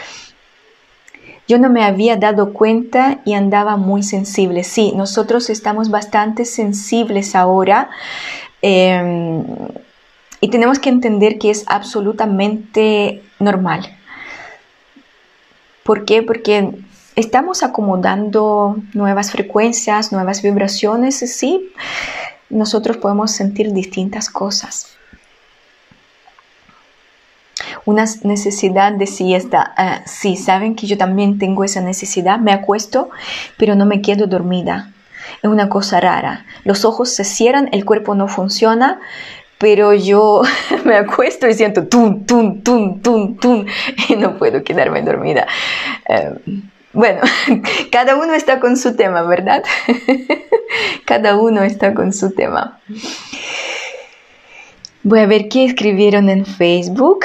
Yo no me había dado cuenta y andaba muy sensible. Sí, nosotros estamos bastante sensibles ahora y tenemos que entender que es absolutamente normal. ¿Por qué? Porque estamos acomodando nuevas frecuencias, nuevas vibraciones, sí. Nosotros podemos sentir distintas cosas. Una necesidad de siesta. Sí, saben que yo también tengo esa necesidad. Me acuesto, pero no me quedo dormida. Es una cosa rara. Los ojos se cierran, el cuerpo no funciona, pero yo me acuesto y siento tum, tum, tum, tum, tum, y no puedo quedarme dormida. Bueno, cada uno está con su tema, ¿verdad? Cada uno está con su tema. Voy a ver qué escribieron en Facebook.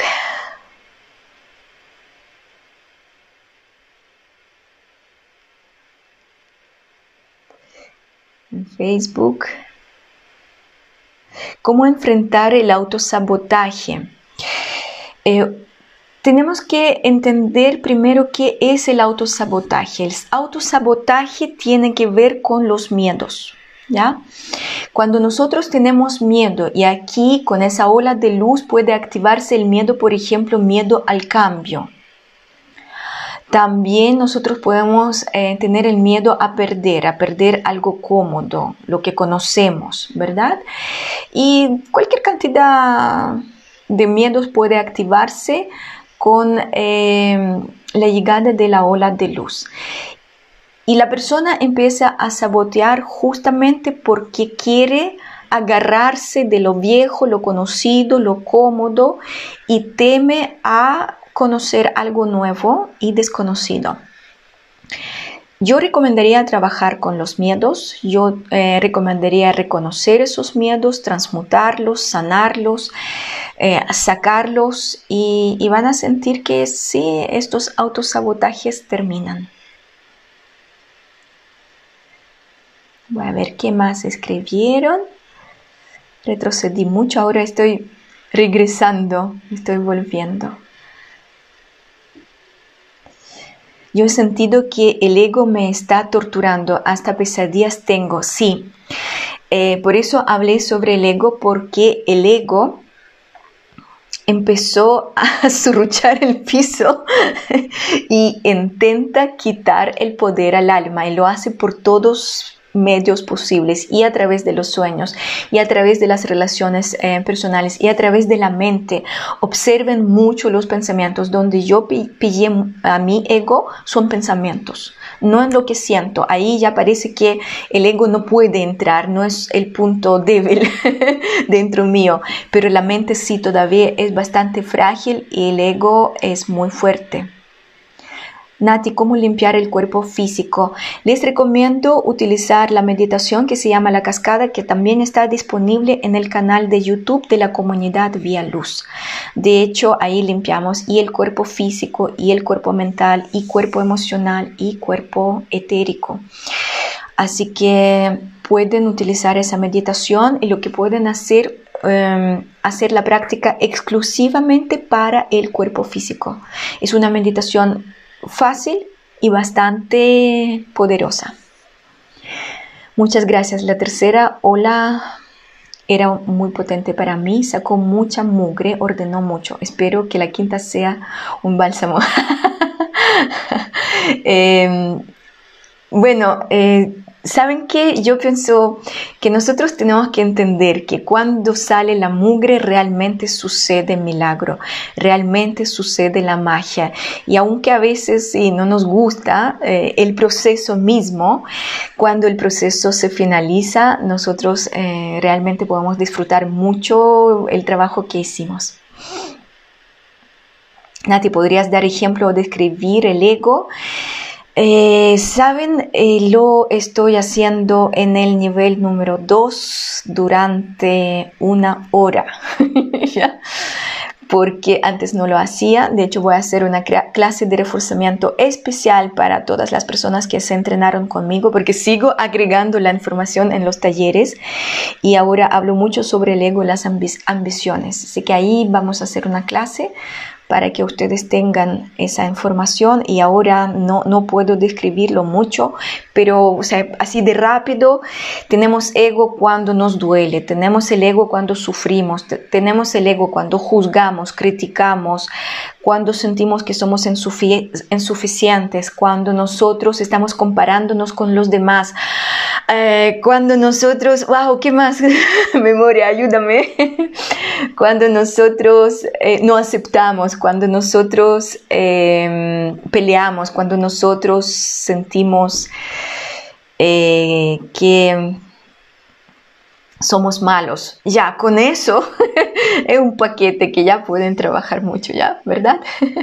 En Facebook. ¿Cómo enfrentar el autosabotaje? Tenemos que entender primero qué es el autosabotaje. El autosabotaje tiene que ver con los miedos, ¿ya? Cuando nosotros tenemos miedo, y aquí con esa ola de luz puede activarse el miedo, por ejemplo, miedo al cambio. También nosotros podemos tener el miedo a perder algo cómodo, lo que conocemos, ¿verdad? Y cualquier cantidad de miedos puede activarse con la llegada de la ola de luz. Y la persona empieza a sabotear justamente porque quiere agarrarse de lo viejo, lo conocido, lo cómodo y teme a conocer algo nuevo y desconocido. Yo recomendaría trabajar con los miedos, yo recomendaría reconocer esos miedos, transmutarlos, sanarlos, sacarlos y van a sentir que sí, estos autosabotajes terminan. Voy a ver qué más escribieron. Retrocedí mucho, ahora estoy regresando, estoy volviendo. Yo he sentido que el ego me está torturando, hasta pesadillas tengo, sí. Por eso hablé sobre el ego, porque el ego empezó a surruchar el piso y intenta quitar el poder al alma, y lo hace por todos medios posibles, y a través de los sueños, y a través de las relaciones personales, y a través de la mente. Observen mucho los pensamientos. Donde yo pillé a mi ego son pensamientos, no en lo que siento. Ahí ya parece que el ego no puede entrar, no es el punto débil dentro mío, pero la mente sí todavía es bastante frágil y el ego es muy fuerte. Nati, ¿cómo limpiar el cuerpo físico? Les recomiendo utilizar la meditación que se llama La Cascada, que también está disponible en el canal de YouTube de la comunidad Vía Luz. De hecho, ahí limpiamos y el cuerpo físico, y el cuerpo mental, y cuerpo emocional, y cuerpo etérico. Así que pueden utilizar esa meditación, y lo que pueden hacer la práctica exclusivamente para el cuerpo físico. Es una meditación fácil y bastante poderosa. Muchas gracias. La tercera ola era muy potente para mí, sacó mucha mugre, ordenó mucho. Espero que la quinta sea un bálsamo. ¿Saben qué? Yo pienso que nosotros tenemos que entender que cuando sale la mugre realmente sucede milagro, realmente sucede la magia. Y aunque a veces no nos gusta el proceso mismo, cuando el proceso se finaliza, nosotros realmente podemos disfrutar mucho el trabajo que hicimos. Nati, ¿podrías dar ejemplo o describir el ego? ¿Saben? Lo estoy haciendo en el nivel número 2 durante 1 hora. ¿Ya? Porque antes no lo hacía. De hecho, voy a hacer una clase de reforzamiento especial para todas las personas que se entrenaron conmigo, porque sigo agregando la información en los talleres, y ahora hablo mucho sobre el ego y las ambiciones. Así que ahí vamos a hacer una clase para que ustedes tengan esa información. Y ahora no puedo describirlo mucho, pero así de rápido: tenemos ego cuando nos duele, tenemos el ego cuando sufrimos, tenemos el ego cuando juzgamos, criticamos, cuando sentimos que somos insuficientes, cuando nosotros estamos comparándonos con los demás, cuando nosotros, wow, ¿qué más? Memoria, ayúdame. Cuando nosotros no aceptamos, cuando nosotros peleamos, cuando nosotros sentimos que somos malos. Ya, con eso es un paquete que ya pueden trabajar mucho, ya, ¿verdad?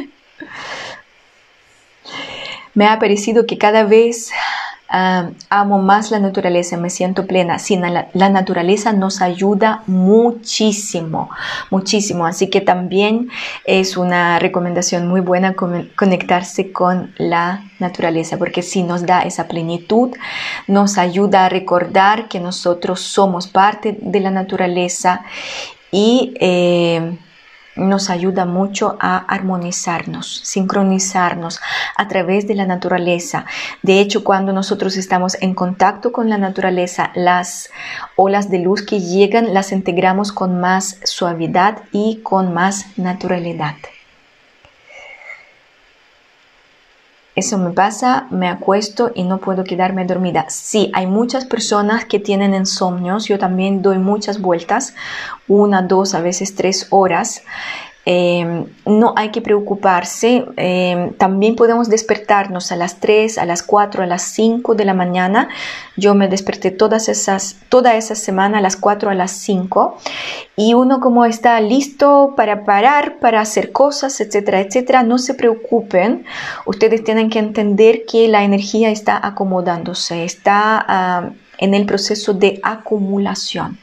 Me ha parecido que cada vez amo más la naturaleza, me siento plena. Sí, la naturaleza nos ayuda muchísimo, muchísimo. Así que también es una recomendación muy buena conectarse con la naturaleza, porque sí nos da esa plenitud, nos ayuda a recordar que nosotros somos parte de la naturaleza, y nos ayuda mucho a armonizarnos, sincronizarnos a través de la naturaleza. De hecho, cuando nosotros estamos en contacto con la naturaleza, las olas de luz que llegan las integramos con más suavidad y con más naturalidad. Eso me pasa, me acuesto y no puedo quedarme dormida. Sí, hay muchas personas que tienen insomnios. Yo también doy muchas vueltas, 1, 2, a veces 3 horas. No hay que preocuparse. También podemos despertarnos a las 3, a las 4, a las 5 de la mañana. Yo me desperté toda esa semana a las 4, a las 5. Y uno, como está listo para parar, para hacer cosas, etcétera, etcétera, no se preocupen. Ustedes tienen que entender que la energía está acomodándose, está en el proceso de acumulación.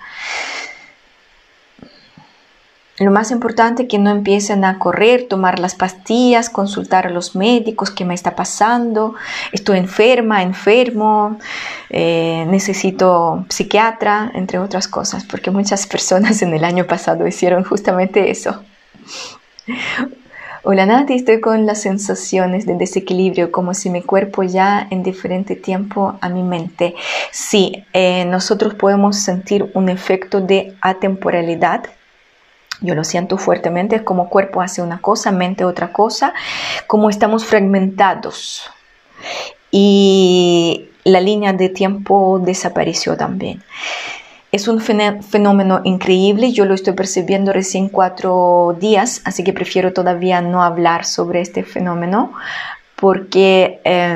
Lo más importante es que no empiecen a correr, tomar las pastillas, consultar a los médicos: ¿qué me está pasando? ¿Estoy enferma, enfermo? ¿Necesito psiquiatra? Entre otras cosas, porque muchas personas en el año pasado hicieron justamente eso. Hola Nati, estoy con las sensaciones de desequilibrio, como si mi cuerpo ya en diferente tiempo a mi mente. Sí, nosotros podemos sentir un efecto de atemporalidad Yo lo siento fuertemente, es como cuerpo hace una cosa, mente otra cosa, como estamos fragmentados. Y la línea de tiempo desapareció también. Es un fenómeno increíble, yo lo estoy percibiendo recién 4 días, así que prefiero todavía no hablar sobre este fenómeno, porque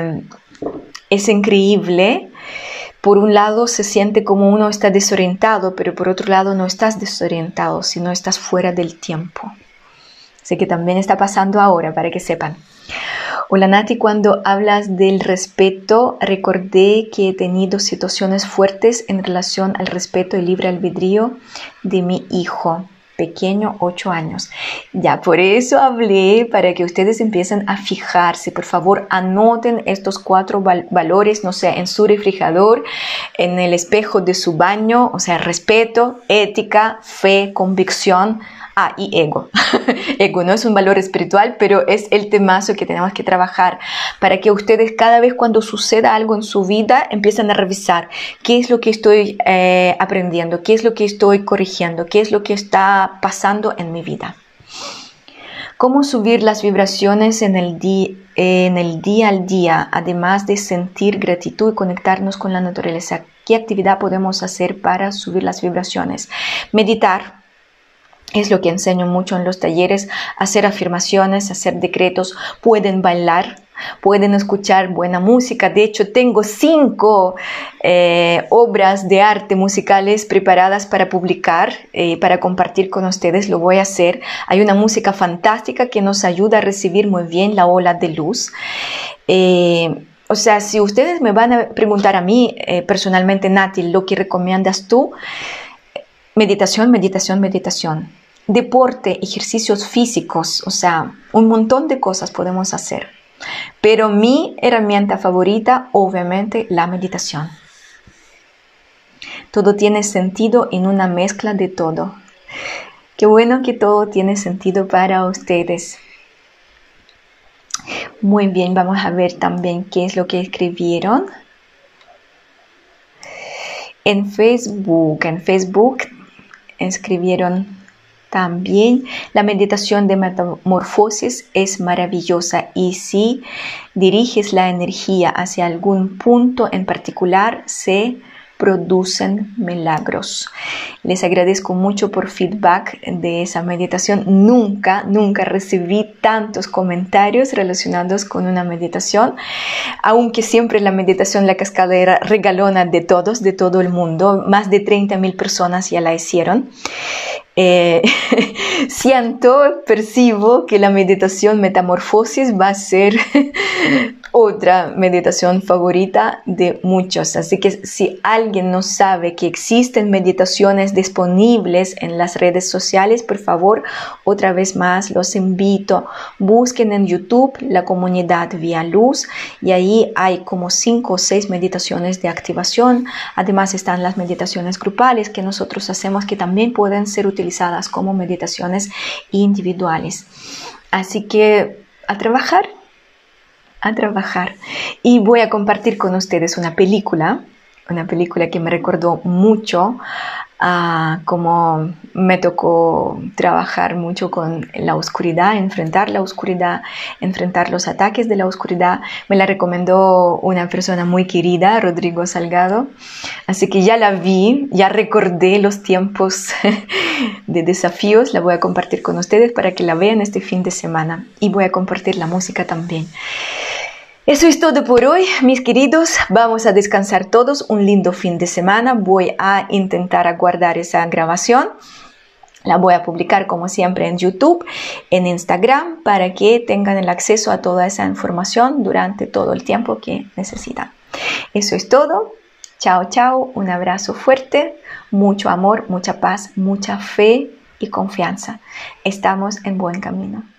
es increíble. Por un lado se siente como uno está desorientado, pero por otro lado no estás desorientado, sino estás fuera del tiempo. Así que también está pasando ahora, para que sepan. Hola Nati, cuando hablas del respeto, recordé que he tenido situaciones fuertes en relación al respeto y libre albedrío de mi hijo pequeño, 8 años. Ya, por eso hablé, para que ustedes empiecen a fijarse. Por favor, anoten estos 4 valores, no sé, en su refrigerador, en el espejo de su baño, o sea, respeto, ética, fe, convicción. Y ego. Ego no es un valor espiritual, pero es el temazo que tenemos que trabajar para que ustedes cada vez cuando suceda algo en su vida empiecen a revisar qué es lo que estoy aprendiendo, qué es lo que estoy corrigiendo, qué es lo que está pasando en mi vida. ¿Cómo subir las vibraciones en el día al día, además de sentir gratitud y conectarnos con la naturaleza? ¿Qué actividad podemos hacer para subir las vibraciones? Meditar. Es lo que enseño mucho en los talleres, hacer afirmaciones, hacer decretos, pueden bailar, pueden escuchar buena música. De hecho, tengo 5 obras de arte musicales preparadas para publicar, para compartir con ustedes. Lo voy a hacer. Hay una música fantástica que nos ayuda a recibir muy bien la ola de luz. O sea, si ustedes me van a preguntar a mí personalmente, Nati, lo que recomiendas tú, meditación, meditación, meditación. Deporte, ejercicios físicos, o sea, un montón de cosas podemos hacer. Pero mi herramienta favorita, obviamente, la meditación. Todo tiene sentido en una mezcla de todo. Qué bueno que todo tiene sentido para ustedes. Muy bien, vamos a ver también qué es lo que escribieron. En Facebook escribieron también: la meditación de metamorfosis es maravillosa y si diriges la energía hacia algún punto en particular se producen milagros. Les agradezco mucho por feedback de esa meditación. Nunca recibí tantos comentarios relacionados con una meditación, aunque siempre la meditación, la cascada, era regalona de todos, de todo el mundo. Más de 30.000 personas ya la hicieron. Percibo que la meditación metamorfosis va a ser otra meditación favorita de muchos. Así que si alguien no sabe que existen meditaciones disponibles en las redes sociales, por favor, otra vez más los invito, busquen en YouTube la comunidad Vía Luz y ahí hay como 5 o 6 meditaciones de activación. Además están las meditaciones grupales que nosotros hacemos, que también pueden ser utilizadas como meditaciones individuales. Así que a trabajar. Y voy a compartir con ustedes una película que me recordó mucho como me tocó trabajar mucho con la oscuridad, enfrentar la oscuridad, enfrentar los ataques de la oscuridad. Me la recomendó una persona muy querida, Rodrigo Salgado, así que ya la vi, ya recordé los tiempos de desafíos. La voy a compartir con ustedes para que la vean este fin de semana y voy a compartir la música también. Eso es todo por hoy, mis queridos. Vamos a descansar todos. Un lindo fin de semana. Voy a intentar guardar esa grabación. La voy a publicar como siempre en YouTube, en Instagram, para que tengan el acceso a toda esa información durante todo el tiempo que necesitan. Eso es todo. Chao, chao. Un abrazo fuerte. Mucho amor, mucha paz, mucha fe y confianza. Estamos en buen camino.